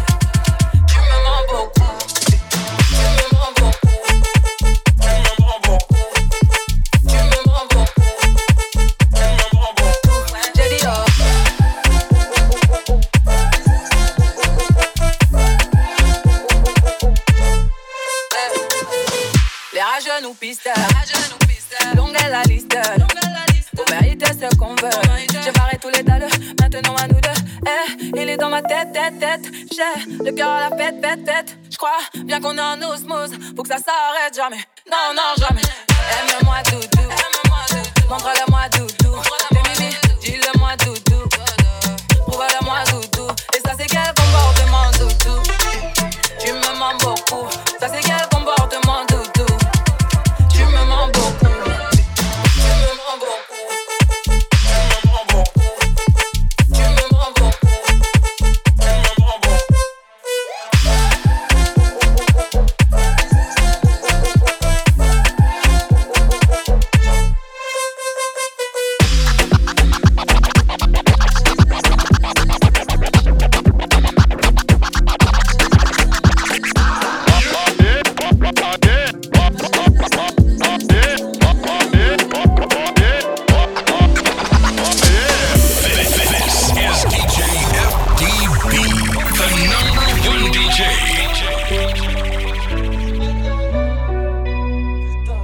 Nous piste, longue est la liste. Pour mériter ce qu'on veut. J'ai barré tous les dalles, maintenant à nous deux. Il est dans ma tête. J'ai le cœur à la fête. J'crois bien qu'on est en osmose. Faut que ça s'arrête jamais. Non, jamais. Aime-moi doudou. Montre-le-moi doudou. T'es mimi, dis-le-moi doudou. Prouve-le-moi doudou. Et ça c'est quel comportement doudou. Tu me mens beaucoup. Ça c'est quel comportement doudou.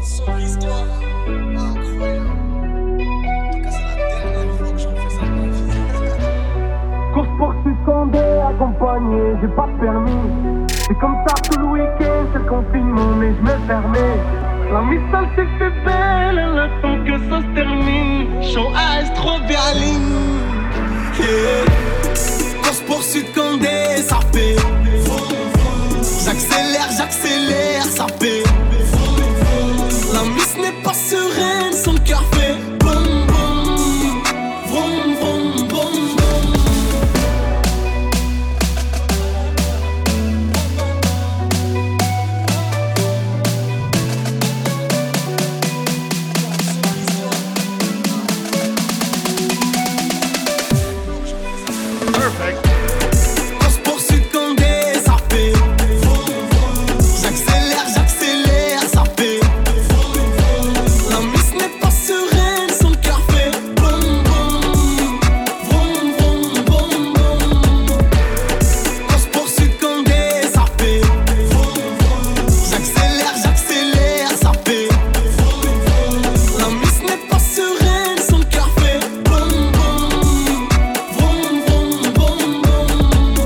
Course poursuite Condé, accompagné, j'ai pas de permis. C'est comme ça tout le week-end, c'est le confinement, mais je me permets. La mistale s'est fait belle, elle attend que ça se termine. Show AS trop berline. Yeah. Course poursuite Condé, ça fait. J'accélère, ça fait. La miss n'est pas sereine, son cœur fait boum boum. Vroom vroom boum boum. Perfect. Course poursuite Condé, ça fait. J'accélère, ça fait. La miss n'est pas sereine, son cœur fait boum boum. Vroom vroom boum boum. Course poursuite Condé, ça fait. J'accélère, ça fait. La miss n'est pas sereine, son cœur fait boum boum. Vroom vroom boum boum.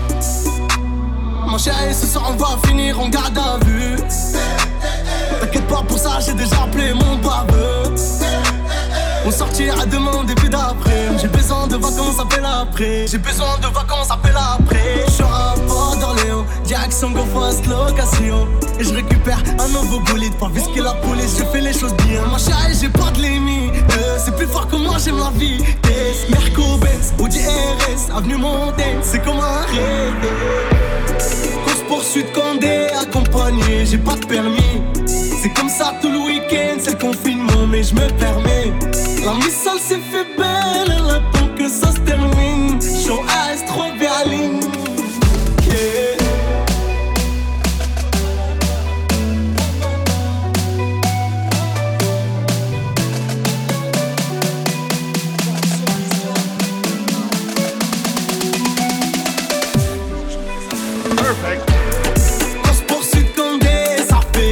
Mon chéri, ce soir on va finir en garde à vue. T'inquiète pas pour ça, j'ai déjà appelé mon baveux. On sortira demain début d'après. J'ai besoin de vacances, appelle après. J'ai besoin de vacances, appelle après. Je serai à Port d'Orléans, direction Go Fast location. Et je récupère un nouveau bolide. Pas visquer la police, je fais les choses bien. Ma chérie, j'ai pas de limite. C'est plus fort que moi, j'aime la vie. Merco Benz, Audi RS, avenue Montaigne, c'est comme un rêve. Course poursuite Condé, accompagné, j'ai pas de permis. C'est comme ça tout le week-end, c'est le confinement, mais je me permets. La missale s'est fait belle, elle attend que ça se termine. Show AS trop berline. Yeah. Perfect. Course poursuite Condé, ça fait.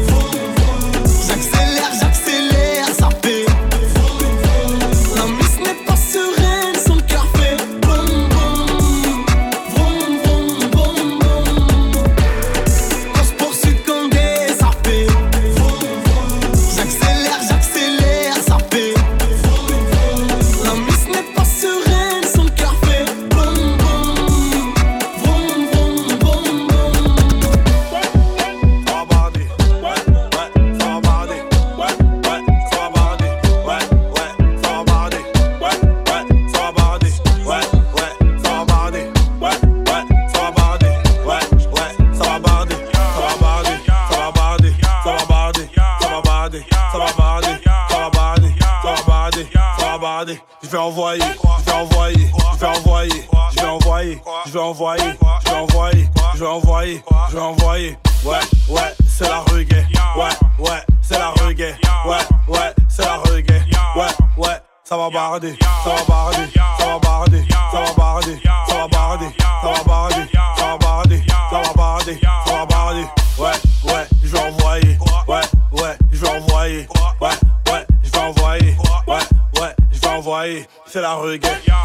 J'accélère, ça fait. La miss n'est pas sereine, son cœur fait boum boum. Vroom vroom boum boum. Course poursuite Condé, ça fait. J'accélère, ça fait. La miss n'est pas sereine, son cœur fait boum boum. Vroom vroom boum boum. Je vais envoyer. Ouais, c'est la reggae. Ouais, c'est la reggae. Ouais, c'est la reggae. Ouais, ça va barder. Ouais, je vais envoyer. Ouais, je vais envoyer. Ouais, je vais envoyer. Ouais, je vais envoyer. C'est la reggae.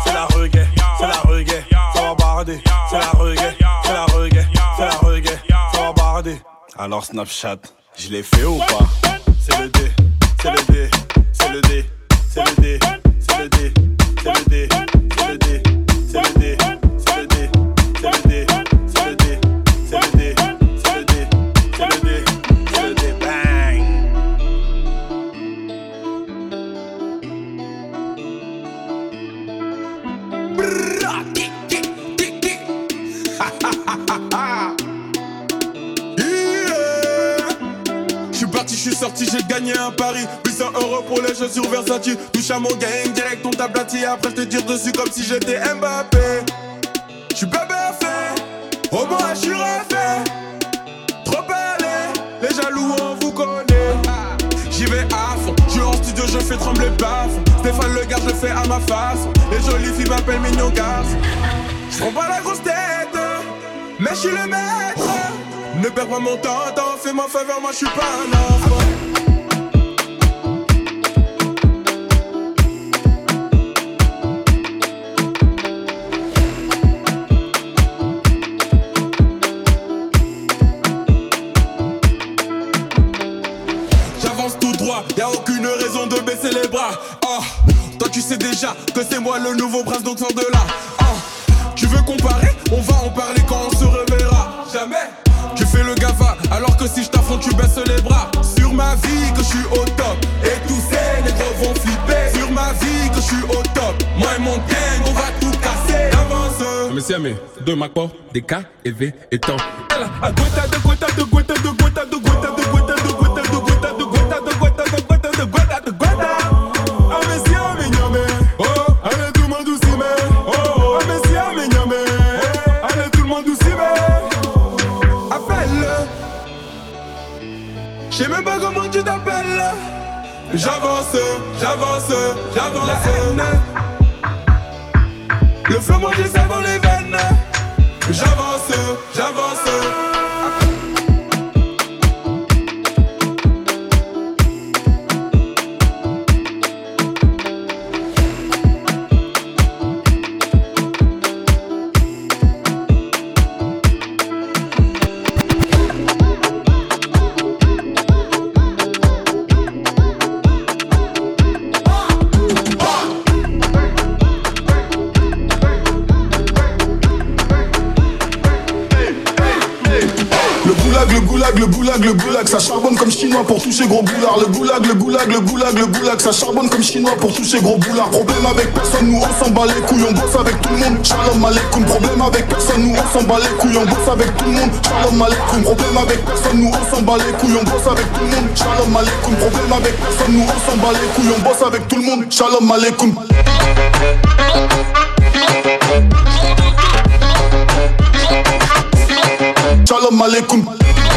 Ça va barder. C'est la reggae. Ça va barder. Alors Snapchat, je l'ai fait ou pas? C'est le D. Bang. Je suis sorti, j'ai gagné un pari. 800 € pour les chaussures Versace. Touche à mon game, direct on t'aplatit. Après je te tire dessus comme si j'étais Mbappé. Je suis bébé fait, au moins je suis refait. Trop balai, les jaloux on vous connaît. J'y vais à fond, je suis en studio, je fais trembler le plafond. Stéphane le gars, je le fais à ma façon. Les jolies filles m'appellent mignon garçon. J'prends pas la grosse tête, mais je suis le maître. Ne perds pas mon temps, fais-moi faveur, moi je suis pas un enfant. j'avance tout droit, y'a aucune raison de baisser les bras. Oh, toi tu sais déjà que c'est moi le nouveau prince, donc sors de là. Oh, tu veux comparer? On va en parler quand on se reverra. Jamais tu fais le gava, alors que si je t'affronte tu baisses les bras. Sur ma vie que je suis au top, et tous ces négros vont flipper. Sur ma vie que je suis au top, moi et mon gang on va tout casser. Avance. Mais c'est mais deux Macpo, des K et V et top. Je sais même pas comment tu t'appelles. J'avance, j'avance, j'avance. La haine, le feu moi j'ai ça dans les veines. J'avance, j'avance. Le goulag, ça charbonne comme chinois pour tous ces gros boulards. Le goulag, ça charbonne comme chinois pour tous ces gros boulards. Problème avec personne, nous on s'en bat les couilles, on bosse avec tout le monde. Shalom aleikoum. Problème avec personne, nous on s'en bat les couilles, on bosse avec tout le monde. Shalom aleikoum. Problème avec personne, nous on s'en bat les couilles, on bosse avec tout le monde. Shalom aleikoum. Problème avec personne, nous on s'en bat les couilles, on bosse avec tout le monde. Shalom aleikoum. Shalom aleikoum.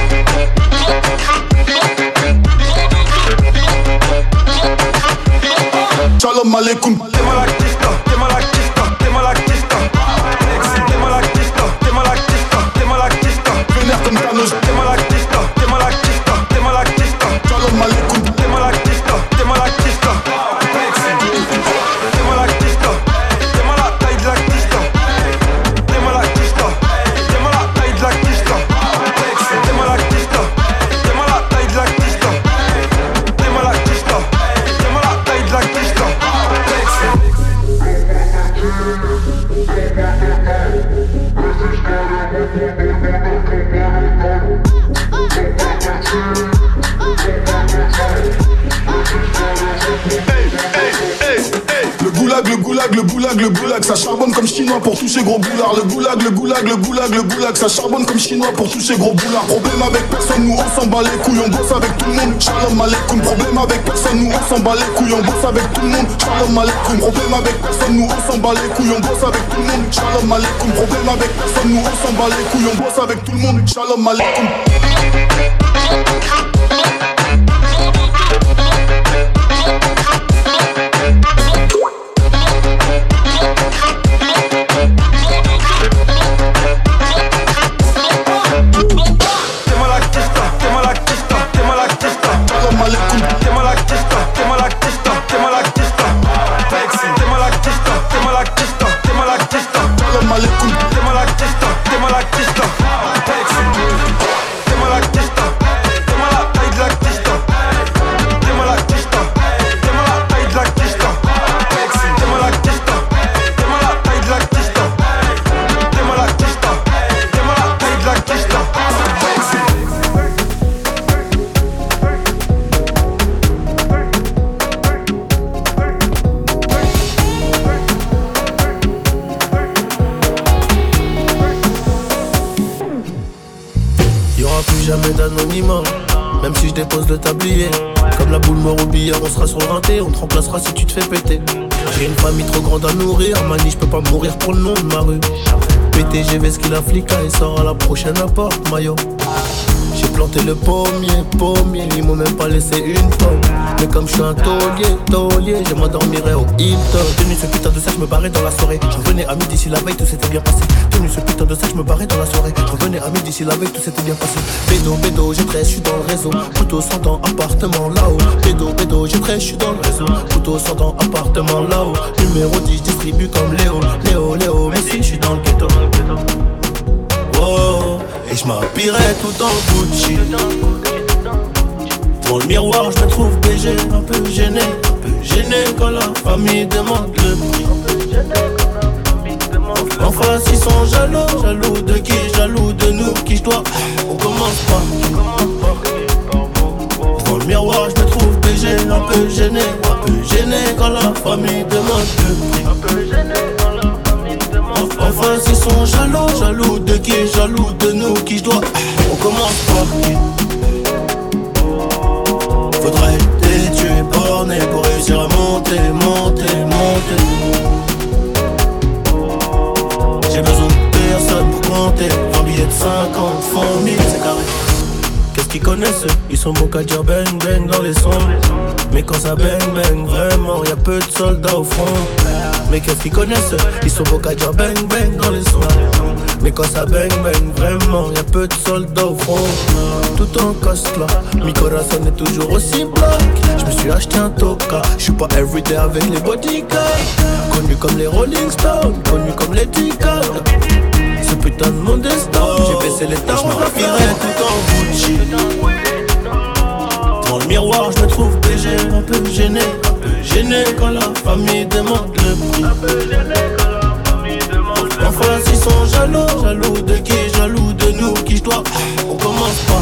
Shalom aleikoum. T'es malactista, t'es malactista, t'es malactista. T'es malactista, t'es malactista, t'es malactista. Vénère comme Thanos. T'es malactista, t'es malactista, t'es malactista. Shalom aleikoum. T'es malactista, t'es malactista. T'es malactista, t'es malade, taille de lactista. T'es malactista, t'es malade, taille de lactista. T'es malactista, t'es malade, taille de lactista. T'es malactista, t'es malade, taille de lactista. Le goulag, ça charbonne comme chinois pour tous ces gros boulards. Le goulag, ça charbonne comme chinois pour tous ces gros boulards. Problème avec personne, nous on s'en bat les couilles, on bosse avec tout le monde. Shalom aleikoum. Problème avec personne, nous on s'en bat les couilles, on bosse avec tout le monde. Shalom aleikoum. Problème avec personne, nous on s'en bat les couilles, on bosse avec tout le monde. Shalom aleikoum. Problème avec personne, nous on s'en bat les couilles, on bosse avec tout le monde. Shalom aleikoum. Même si je dépose le tablier, comme la boule noire au billard, on sera sur le rinté, on te remplacera si tu te fais péter. J'ai une famille trop grande à nourrir, mani, je peux pas mourir pour le nom de ma rue. PTGV, ce qu'il a flica, il sort à la prochaine porte, maillot. J'ai planté le pommier, ils m'ont même pas laissé une pomme. Mais comme je suis un taulier, je m'endormirai au Hilton. Tenu ce putain de sac, je me barrais dans la soirée. Je revenais à midi si la veille tout s'était bien passé. Tenu ce putain de sac, je me barrais dans la soirée. Je revenais à midi si la veille tout s'était bien passé. Pédo, j'ai 13, je suis dans le réseau. Couteau sans dents, appartement là-haut. Pédo, j'ai 13, je suis dans le réseau. Couteau sans dents, appartement là-haut. Numéro 10, je distribue comme Léo, mais si je suis dans le ghetto. Oh, et je m'habillerai tout en Gucci. Devant le miroir, je me trouve BG, un peu gêné quand la famille demande le prix. En face ils sont jaloux, jaloux de qui? Jaloux de nous, qui je dois. On commence pas. Devant le miroir, je me trouve BG, un peu gêné quand la famille demande le prix. En face ils sont jaloux, jaloux de qui? Jaloux de nous, qui je dois. On commence par qui? Faudrait être tué, borné pour réussir à monter. J'ai besoin de personne pour compter. 20 billets de 50, font 1000, c'est carré. Qu'est-ce qu'ils connaissent eux? Ils sont beaux qu'à dire bang bang dans les sons. Mais quand ça bang bang, vraiment, y'a peu de soldats au front. Mais qu'est-ce qu'ils connaissent eux? Ils sont beaux qu'à dire bang bang dans les sons. Mais quand ça bang bang, vraiment, y'a peu de soldats au front. Tout en coste là, mi corazon est toujours aussi black. Je me suis acheté un toka, je suis pas everyday avec les bodyguards. Connu comme les Rolling Stones, connu comme les Ticals. Ce putain de monde est stone. J'ai baissé les tarots, je m'habillerai tout en Gucci. Dans le miroir, je me trouve BG, un peu gêné quand la famille demande le prix. En face ils sont jaloux de qui? Jaloux de nous, qui je dois. On commence pas.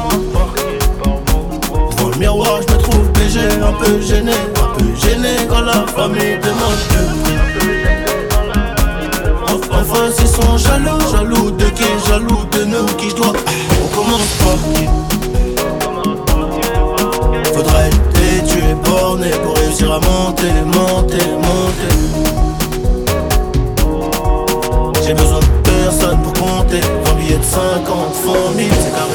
Dans le miroir, je me trouve BG, un peu gêné quand la famille demande le prix. En face ils sont jaloux de qui? Jaloux de nous, qui je dois. On commence pas. Faudrait être tué, borné pour réussir à monter. J'ai besoin de personne pour compter. 20 billets de 50, font 1000, c'est carré.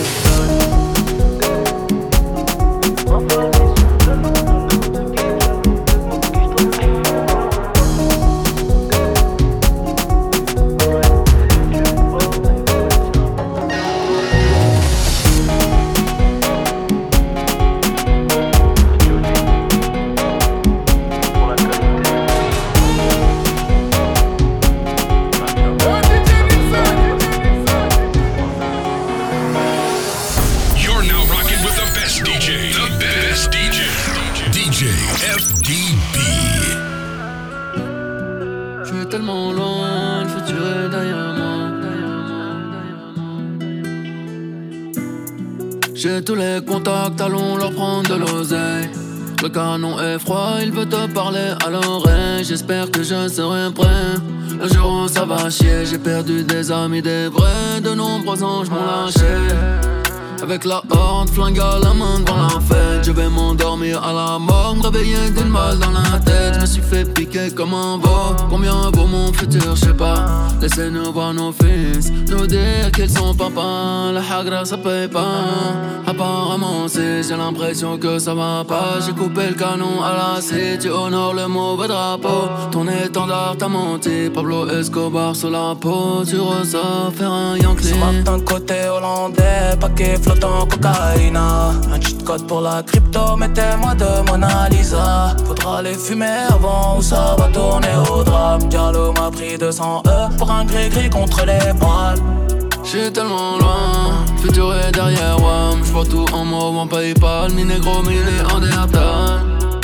J'ai tous les contacts, allons leur prendre de l'oseille. Le canon est froid, il veut te parler à l'oreille. J'espère que je serai prêt le jour où ça va chier. J'ai perdu des amis, des vrais. De nombreux anges m'ont lâché. Avec la horde, flingue à la main devant la fête. Je vais m'endormir à la mort, me réveiller d'une balle dans la tête. Je me suis fait piquer comme un veau. Combien vaut mon futur, je sais pas. Laissez-nous voir nos fils, nous dire qu'ils sont papa. La hagra ça paye pas. Apparemment si j'ai l'impression que ça va pas. J'ai coupé le canon à la scie. Tu honores le mauvais drapeau. Ton étendard t'a menti. Pablo Escobar sur la peau. Tu ressors faire un Yankee. Ce matin côté hollandais, paquet flottant cocaïna. Un cheat code pour la crypto, mettez-moi de Mona Lisa. Faudra les fumer avant ou ça va tourner au drame. Diallo m'a pris 200 pour un gris-gris contre les poils. J'suis tellement loin, le futur est derrière WAM. J'vois tout en mauve, en Paypal, mi négro, mi en déaptal.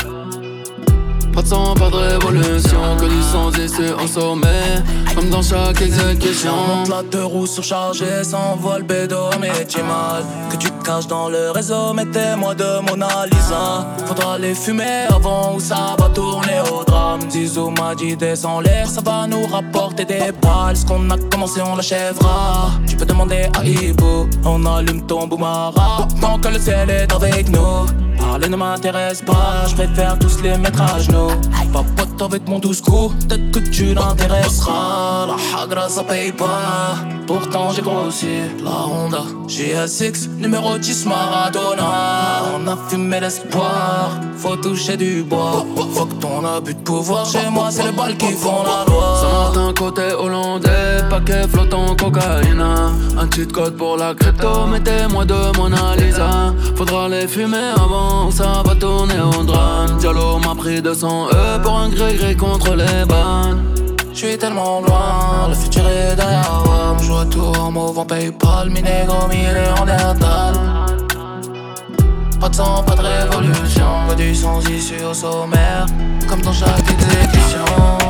Pas de sang, pas de révolution, que du sang et c'est au sommet, comme dans chaque exécution. Monte la deux roues surchargée, s'envole bédo, mais tu mal. Que tu te caches dans le réseau, mettez-moi de Mona Lisa. Faudra les fumer avant ou ça va tourner au drame. Zizou m'a dit descends l'air, ça va nous rapporter des balles. Ce qu'on a commencé on l'achèvera. Tu peux demander à Ibo, on allume ton boumara tant que le ciel est avec nous. Parler ne m'intéresse pas, je préfère tous les mettre à genoux. Papote avec mon douce coup, peut-être que tu l'intéresseras. La hagra ça paye pas, pourtant j'ai grossi. La Honda GSX, numéro 10 Maradona. On a fumé l'espoir, faut toucher du bois. Faut que ton abus de pouvoir, chez moi c'est les balles qui font la loi. Saint-Martin côté hollandais, paquet flottant cocaïna. Un cheat code pour la crypto, mettez-moi de Mona Lisa. Faudra les fumer avant ou ça va tourner au drame. Diallo m'a pris 200 pour un gré-gré contre les bannes. J'suis tellement loin, le futur est derrière moi. Je vois tout en mauve en Paypal, mi négro, mi néandertal. Pas de sang, pas de révolution. Que du sans issue au sommaire. Comme dans chaque exécution.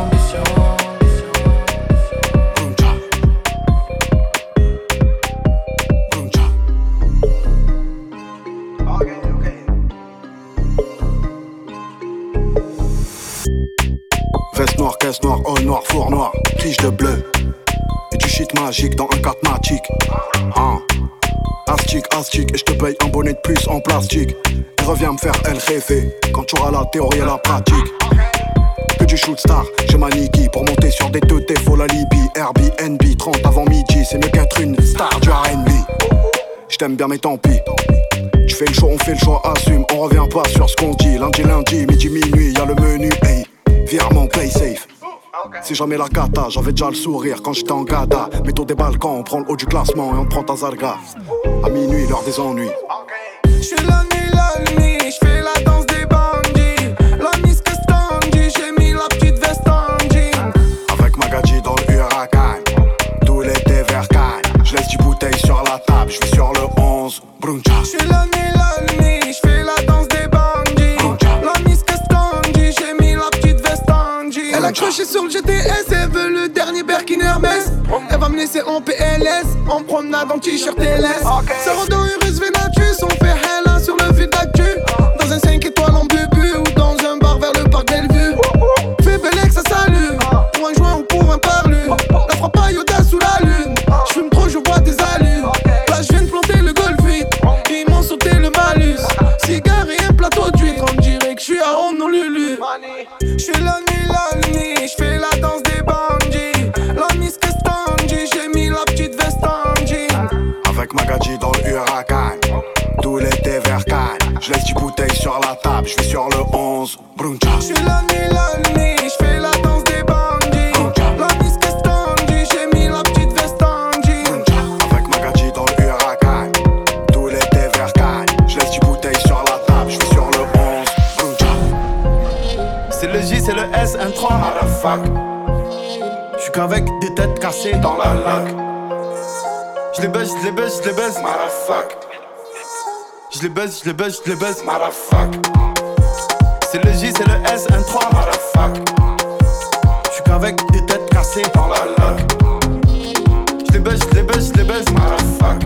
Veste noire, caisse noire, haut noir, four noir, tige de bleu. Et du shit magique dans un catmatique. Astic, et je te paye un bonnet de plus en plastique. Et reviens me faire El Jefe quand tu auras la théorie et la pratique. Que du shoot star, j'ai ma Niki. Pour monter sur des teutés, faut la Libye. Airbnb, 30 avant midi, c'est mieux qu'être une star du R&B. J't'aime bien mais tant pis. Tu fais le choix, on fait le choix, assume. On revient pas sur ce qu'on dit. Lundi, midi, minuit, y'a le menu, hey. Virement, play safe. Si jamais la cata, j'avais déjà le sourire quand j'étais en gada. Mettons des balcons, on prend le haut du classement et on prend ta zarga. À minuit, l'heure des ennuis. J'fais la nuit, j'fais la danse des bandits. La Miss Castandi, j'ai mis la petite veste en jean. Avec Magadji dans le huracan, tout l'été vers Cannes. J'laisse du bouteille sur la table, j'vais sur le 11, Bruncha. J'fais la nuit, j'fais la danse des bandits. La Miss Castandi, j'ai mis la petite veste en jean. Elle a accroché sur le GTS, elle veut le dernier Birkin Hermès. Elle va me laisser en PLS, en promenade en t-shirt LS. Sarando Urus Venatus, on fait Hella sur le fil d'actu. Dans un 5 étoiles en bubu ou dans un bar vers le parc Bellevue. Fais Bellex, ça salue, pour un joint ou pour un parlu. La frappe à Yoda sous la lune, j'fume trop, je vois des allus. Là j'viens de planter le Golf 8, ils m'ont sauté le malus. Cigare et un plateau d'huître, on dirait que j'suis à Honolulu. J'fais la nuit, j'fais la danse des bandits. La Miss Castandi, j'ai mis la petite veste en jean. Avec Magadji dans le huracan, tout l'été vers Cannes. J'laisse du bouteille sur la table, j'vais sur le 11, Bruncha. J'fais la nuit, j'fais la danse des bandits. La Miss Castandi, j'ai mis la petite veste en jean. Avec Magadji dans le huracan, tout l'été vers Cannes. J'laisse du bouteille sur la table, j'vais sur le 11, Bruncha. C'est le J, c'est le S, un 3, motherfuck. J'suis qu'avec des têtes cassées dans la lac. J'les baisse, motherfuck. J'les baisse, motherfuck. C'est le J, c'est le S, un 3, motherfuck. J'suis qu'avec des têtes cassées dans la lac. J'les baisse, motherfuck.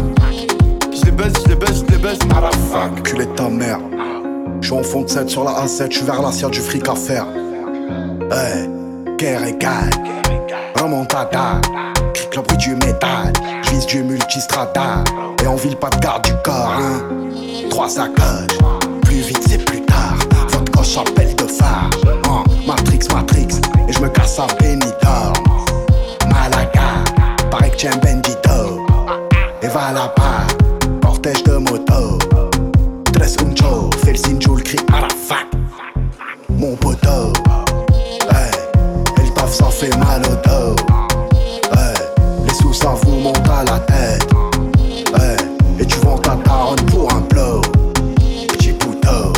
J'les baisse, motherfuck. Culé de ta mère. J'suis en fond de 7 sur la A7, j'suis vers l'assiette du fric à faire. Hey, guerre et gagne. Remontada, clique le bruit du métal. J'vise du multistrada. Et on ville pas de garde du corps, hein. 3 sacoches, plus vite c'est plus tard. Votre gauche appelle de phare. Matrix, et j'me casse à Benidorm. Malaga, paraît que tiens Bendito. Et va là-bas, cortège de moto. Tres uncho, fais le signe, joue le cri à la fac. Mon poteau, hey, et le taf ça fait mal au dos. Hey, les sous ça vous monte à la tête. Hey, et tu vends ta taronne pour un blow. Petit poutot.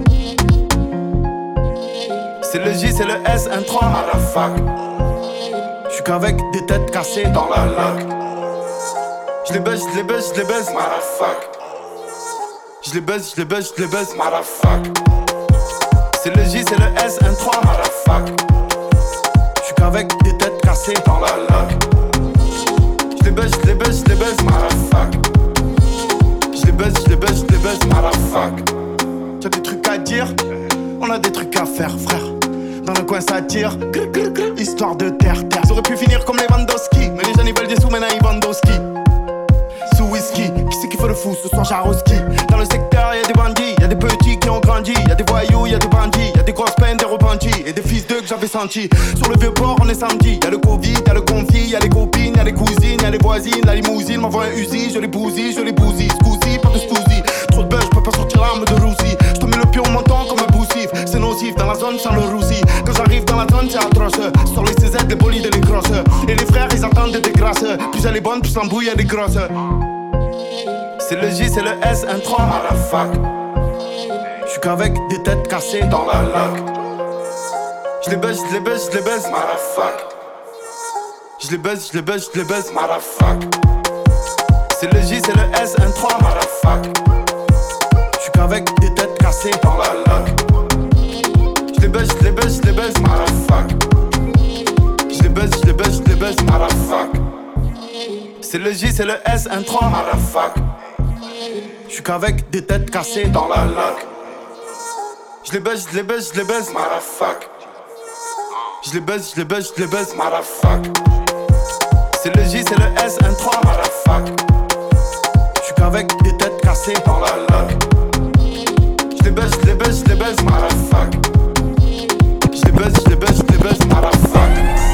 C'est le J, c'est le S, un 3, motherfuck. J'suis qu'avec des têtes cassées dans la lac. J'les baisse, motherfuck. J'les baisse, motherfuck. C'est le J, c'est le S, un 3, motherfuck. J'suis qu'avec des têtes cassées dans la lac. J'les baisse, motherfuck. J'les baisse, motherfuck. J'ai des trucs à dire, on a des trucs à faire, frère. Dans le coin ça tire, histoire de terre. Ça aurait pu finir comme Lewandowski, mais les jeunes ils veulent des sous, maintenant ils vendent au ski. Sous whisky, qui c'est qui fait le fou ce soir Jaroski? Dans le secteur y'a des bandits, y'a des petits qui ont grandi, y'a des voyous, y'a des bandits, y'a des grosses peines, des repentis et des fils d'eux que j'avais sentis. Sur le vieux port on est samedi, y'a le Covid, y'a le conflit, y'a les copines, y'a les cousines, y'a les voisines, la limousine m'envoie un Uzi, je les bousille, scousi, pas de scousi. Trop de buzz, j'peux pas sortir l'arme de Roussi. J'te mets le pied au menton comme un boussif, c'est nocif dans la zone sans le roussi. Quand j'arrive dans la zone c'est atroce, sur les CZ, les bolides et les grosses. Et les frères ils attendent des grâces, plus elle est bonne, plus l'embrouille elle est grosse. C'est le J, c'est le S, un 3, motherfuck. J'suis qu'avec des têtes cassées dans la lac. J'les baisse, motherfuck. J'les baisse, motherfuck. C'est le J, c'est le S, un 3, motherfuck. J'suis qu'avec des têtes cassées dans la lac. J'les baisse, motherfuck. J'les baisse, motherfuck. C'est le J, c'est le S, un 3, motherfuck. J'suis qu'avec des têtes cassées dans la lac. J'les baisse, motherfuck. J'les baisse, motherfuck. C'est le J, c'est le S, un 3, motherfuck. J'suis qu'avec des têtes cassées dans la lac. J'les baisse, motherfuck. J'les baisse, motherfuck.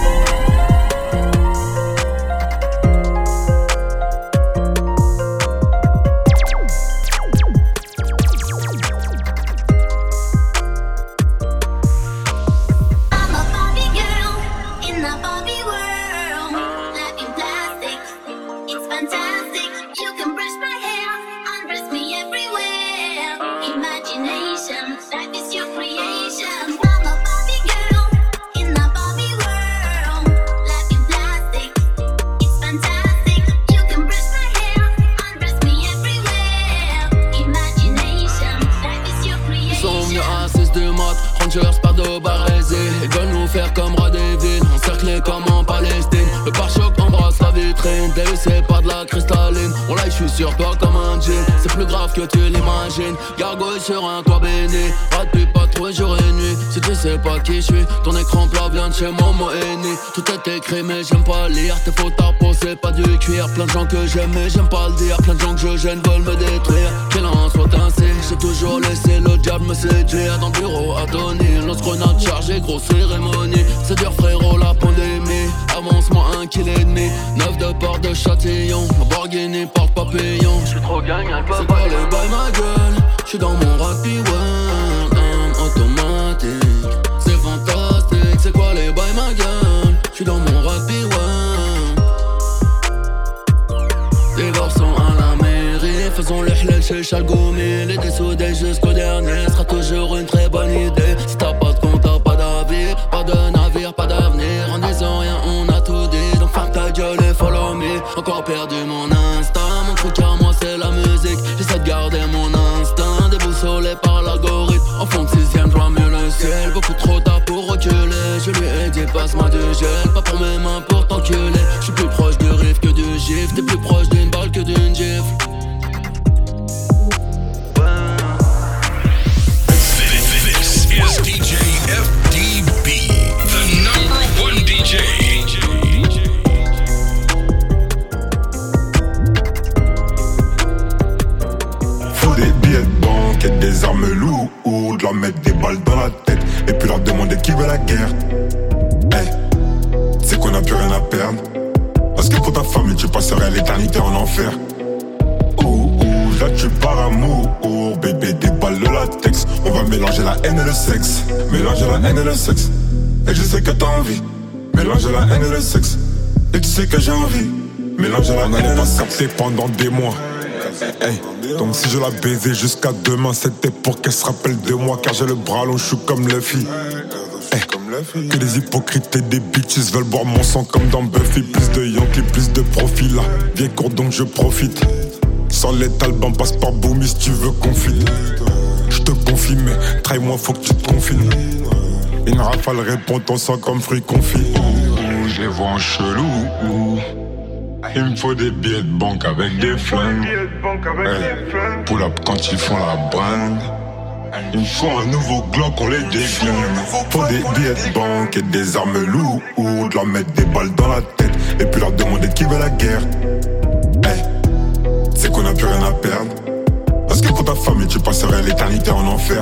Ils veulent nous faire comme rats des villes, encerclés comme en Palestine. Le pare-choc embrasse la vitrine, t'as vu c'est pas de la cristalline. On live, j'suis sur toi comme un jean, c'est plus grave que tu l'imagines. Gargouille sur un toit béni, pas depuis pas trop jour et nuit. Si tu sais pas qui j'suis, ton écran plat vient de chez Momo Eni. Tout est écrit mais j'aime pas lire, tes fautes à peau c'est pas du cuir. Plein de gens que j'aime mais j'aime pas le dire, plein de gens que je gêne veulent me détruire. Qu'il en soit ainsi, j'ai toujours laissé le diable me séduire. Dans le bureau à Tony, lance-grenade chargée, grosse cérémonie. C'est dur frérot la pandémie, avance-moi 1,5 kg. 9 de port de Châtillon, Lamborghini porte papillon. J'suis trop gagnant, c'est pas les bails ma gueule. J'suis dans mon rugby world, automatique. C'est fantastique, c'est quoi les bails ma gueule. J'suis dans mon rugby world. Divorçons à la mairie, faisons le hlel chez Chalgoumi. Les dessoudés jusqu'au dernier sera toujours une très bonne idée. Si t'as pas de compte, t'as pas d'avis, pas de navire, pas d'avenir. En disant rien, on a tout dit, donc ferme ta gueule et follow me. Encore perdu mon instinct, mon truc à moi c'est la musique. J'essaie de garder mon instinct, déboussolé par l'algorithme. En fond de 6ème, je vois mieux le ciel, beaucoup trop tard pour reculer. Je lui ai dit passe-moi du gel, pas pour mes mains pour t'enculer. J'suis plus proche du riff que du gif, t'es plus proche d'une balle que d'une gifle. This is DJ FDB, the #1 DJ. Faut des billets de banque et des armes lourdes, leur mettre des balles dans la tête et puis leur demander qui veut la guerre. Hey, c'est qu'on a plus rien à perdre. Parce que pour ta famille tu passerais l'éternité en enfer. Là tu par amour, bébé des balles de latex. On va mélanger la haine et le sexe. Mélanger la haine et le sexe. Et je sais que t'as envie. Mélanger la haine et le sexe. Et tu sais que j'ai envie. Mélanger la haine et le sexe. Capté pendant des mois. Hey. Donc si je la baisais jusqu'à demain, c'était pour qu'elle se rappelle de moi. Car j'ai le bras long, je suis comme Luffy. Hey. Que des hypocrites et des bitches veulent boire mon sang comme dans Buffy. Plus de Yankee, plus de profil là. Viens court donc je profite. Sans les talbans, passe par Boomy si tu veux conflit. Je te confie mais trahis-moi faut que tu te confines. Une rafale répond ton sang comme fruit confit. Je les vois en chelou. Il me faut des billets de banque avec des flingues. Pull up quand ils font la brinde. Il me faut un nouveau Glock, on les déglingue. Faut des billets de banque et des armes lourdes. Leur mettre des balles dans la tête et puis leur demander qui veut la guerre. Hey. C'est qu'on a plus rien à perdre. Parce que pour ta famille tu passerais l'éternité en enfer.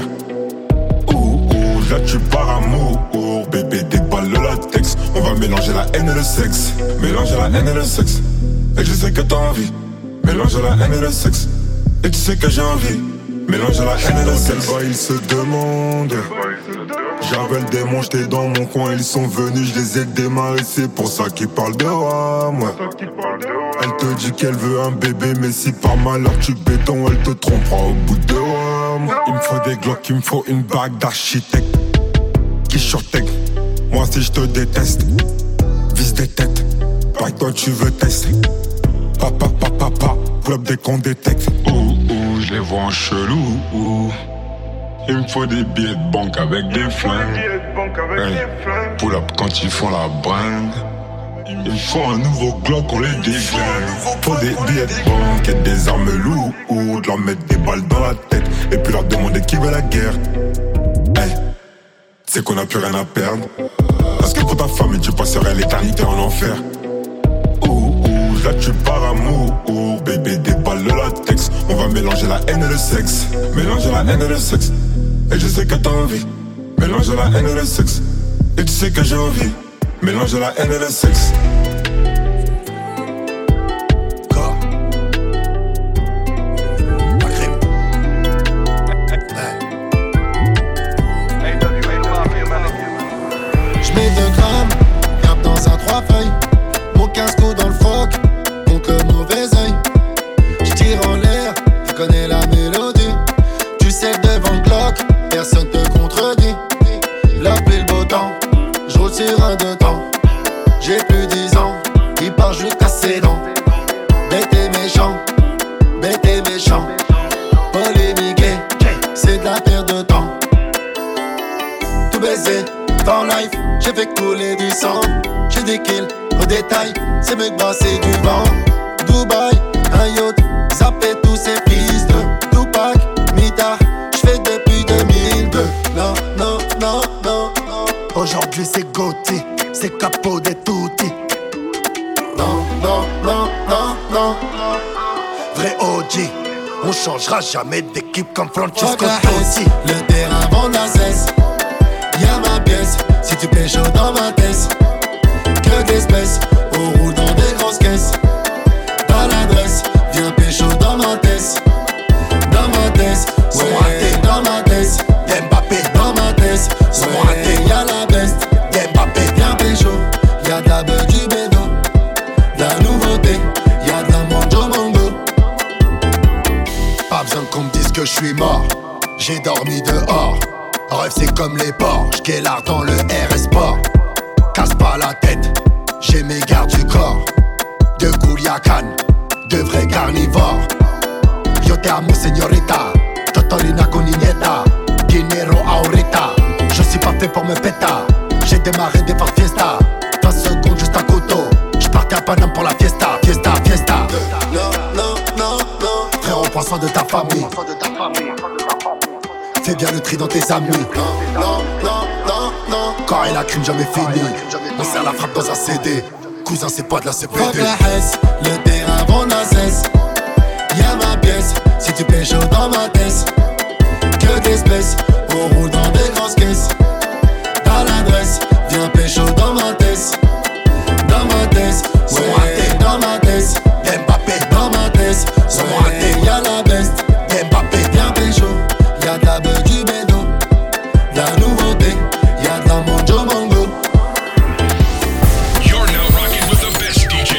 Là tu par amour, bébé des balles de latex. On va mélanger la haine et le sexe. Mélanger la haine et le sexe. Et je sais que t'as envie. Mélanger la haine et le sexe. Et tu sais que j'ai envie. Mélanger la haine et le sexe. Quel il se demande. J'avais le démon, j'étais dans mon coin. Ils sont venus, je les ai démarrés. C'est pour ça qu'ils parlent de roi, moi. Elle te dit qu'elle veut un bébé, mais si par malheur tu béton, elle te trompera au bout de moi. Il me faut des glocks, il me faut une bague d'architecte. Qui shortec, moi si je te déteste. Vise des têtes, pas que toi tu veux tester. Papa, pull up dès qu'on détecte. Je les vois en chelou. Il me faut des billets de banque avec des flingues. Pull up quand ils font la bringue. Il me faut un nouveau Glock, on les déglingue. Faut des billets de banque et des armes lourdes. Leur mettre des balles dans la tête et puis leur demander qui veut la guerre. Hey, c'est qu'on a plus rien à perdre. Parce que pour ta famille tu passerais l'éternité en enfer. Là tu pars amour, bébé des balles de latex. On va mélanger la haine et le sexe. Mélanger la haine et le sexe. Et je sais que t'as envie. Mélanger la haine et le sexe. Et tu sais que j'ai envie. Mélanger la haine et le sexe. J'mets 2 grammes, grappe dans un 3 feuilles. Mon 15 coups dans le froc, contre le mauvais oeil. J'tire en l'air, tu connais la mélodie. Tu sais que devant le Glock, personne te contredit. La pluie, le beau temps, j'roule sur un 2 temps. J'ai plus 10 ans, il part jusqu'à ses dents. Bête et méchant, polémiqué, c'est de la perte de temps. Tout baiser, dans life, j'ai fait couler du sang. J'ai des kills, au détail, c'est mieux que brasser du vent. Dubaï, un yacht, zapper tous ces fils de Tupac, Mita, j'fais depuis 2002. Non, non, non, non, non. Aujourd'hui c'est Gauthier, c'est Capo des Tutti. Non, non, non, non, non. Vrai OG, on changera jamais d'équipe comme Francesco Totti. Le terrain vend la cesse. Y'a ma pièce, si tu pêches dans ma tête. Que d'espèces, on roule dans des grosses caisses. T'as l'adresse, viens pécho dans ma tête. Dans ma tête, ouais, dans ma tête. Mbappé, dans ma tête, ouais, y'a la best. Mbappé, viens pécho, y'a de la beuh du bédo. La nouveauté, y'a de la manjo mango. Pas besoin qu'on me dise que je suis mort. J'ai dormi dehors. Rêve c'est comme les porcs, j'guélard dans le RS Sport. Casse pas la tête, j'ai mes gardes du corps. De Culiacan, de vrais carnivores. Yo te amo señorita, Totolina con niñeta. Dinero ahorita, je suis pas fait pour me péta. J'ai démarré des fortes fiesta. 20 secondes juste à Coto, j'partais à Paname pour la fiesta. Fiesta, fiesta. Non, non, non, non. Frérot, prends soin de ta famille. Fais bien le tri dans tes amis. Non, non, non, non, non. Quand elle a crime jamais fini. On serre la frappe dans un CD. Cousin c'est pas de la CPD. Fuck la Hesse, le terrain vend la cesse. Y'a ma pièce, si tu pêches dans ma tête. Que d'espèces, on roule dans des grosses caisses. T'as l'adresse, viens pécho dans ma tête. Dans ma tête, ouais, dans ma tête. Mbappé, dans ma tête, ouais, y'a la best. Mbappé, viens pécho. Y'a de la beuh du bédo, la nouveauté, y'a de la manjo mango. You're now rocking with the best DJ,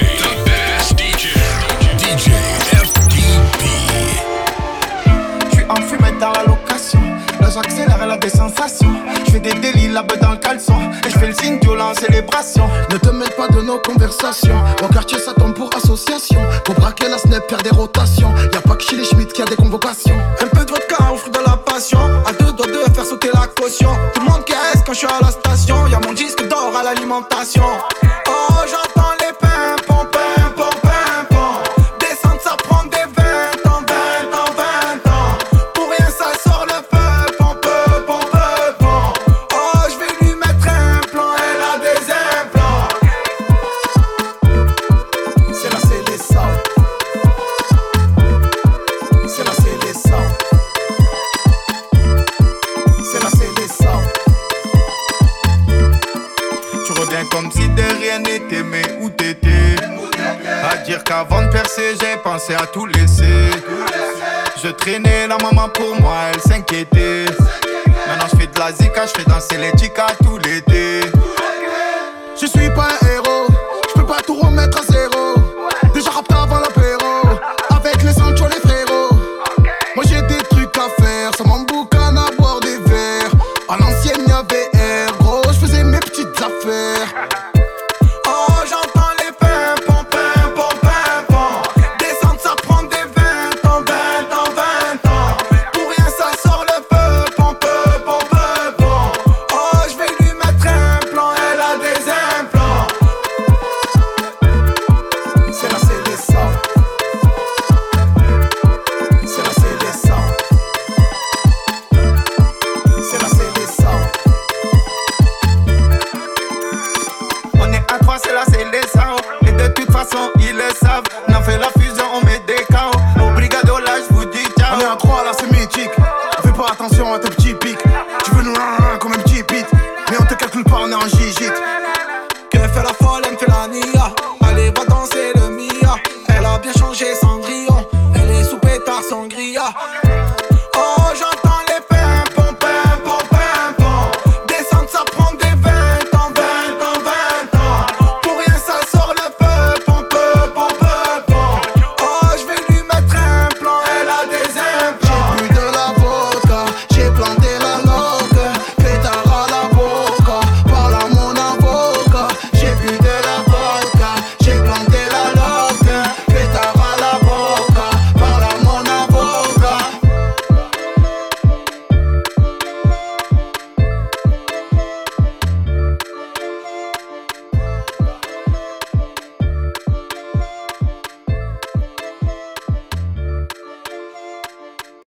DJ FDB. J'suis enfumé dans la location, là j'accélère, elle a des sensations. J'fais des délits, la beuh dans le caleçon, et j'fais le signe violent en célébration. Ne te mêle pas de nos conversations, au quartier ça tombe pour association. Pour braquer la snap, faire des rotations. Y'a pas que chez les Schmitt qui a des convocations. Un peu de vodka au fruit de la passion. À 2 doigts de faire sauter la caution. Tout le monde caisse quand je suis à la station. Y'a mon disque d'or à l'alimentation. Oh j'entends les pimpons, pimpons, pimpons. Descendre ça prend des 20 ans, 20 ans, 20 ans. Pour rien ça sort le feu, pom, pom, pom, pom. Oh je vais lui mettre un plan, elle a des implants. C'est là c'est les sangs. C'est là c'est les sangs. C'est là c'est les sangs. Tu reviens comme si de rien n'était, mais où t'étais? À dire qu'avant de percer j'ai pensé à tout laisser. Je traînais la maman pour moi, elle s'inquiétait. Maintenant je fais de la zika, je fais danser les chicas tout l'été.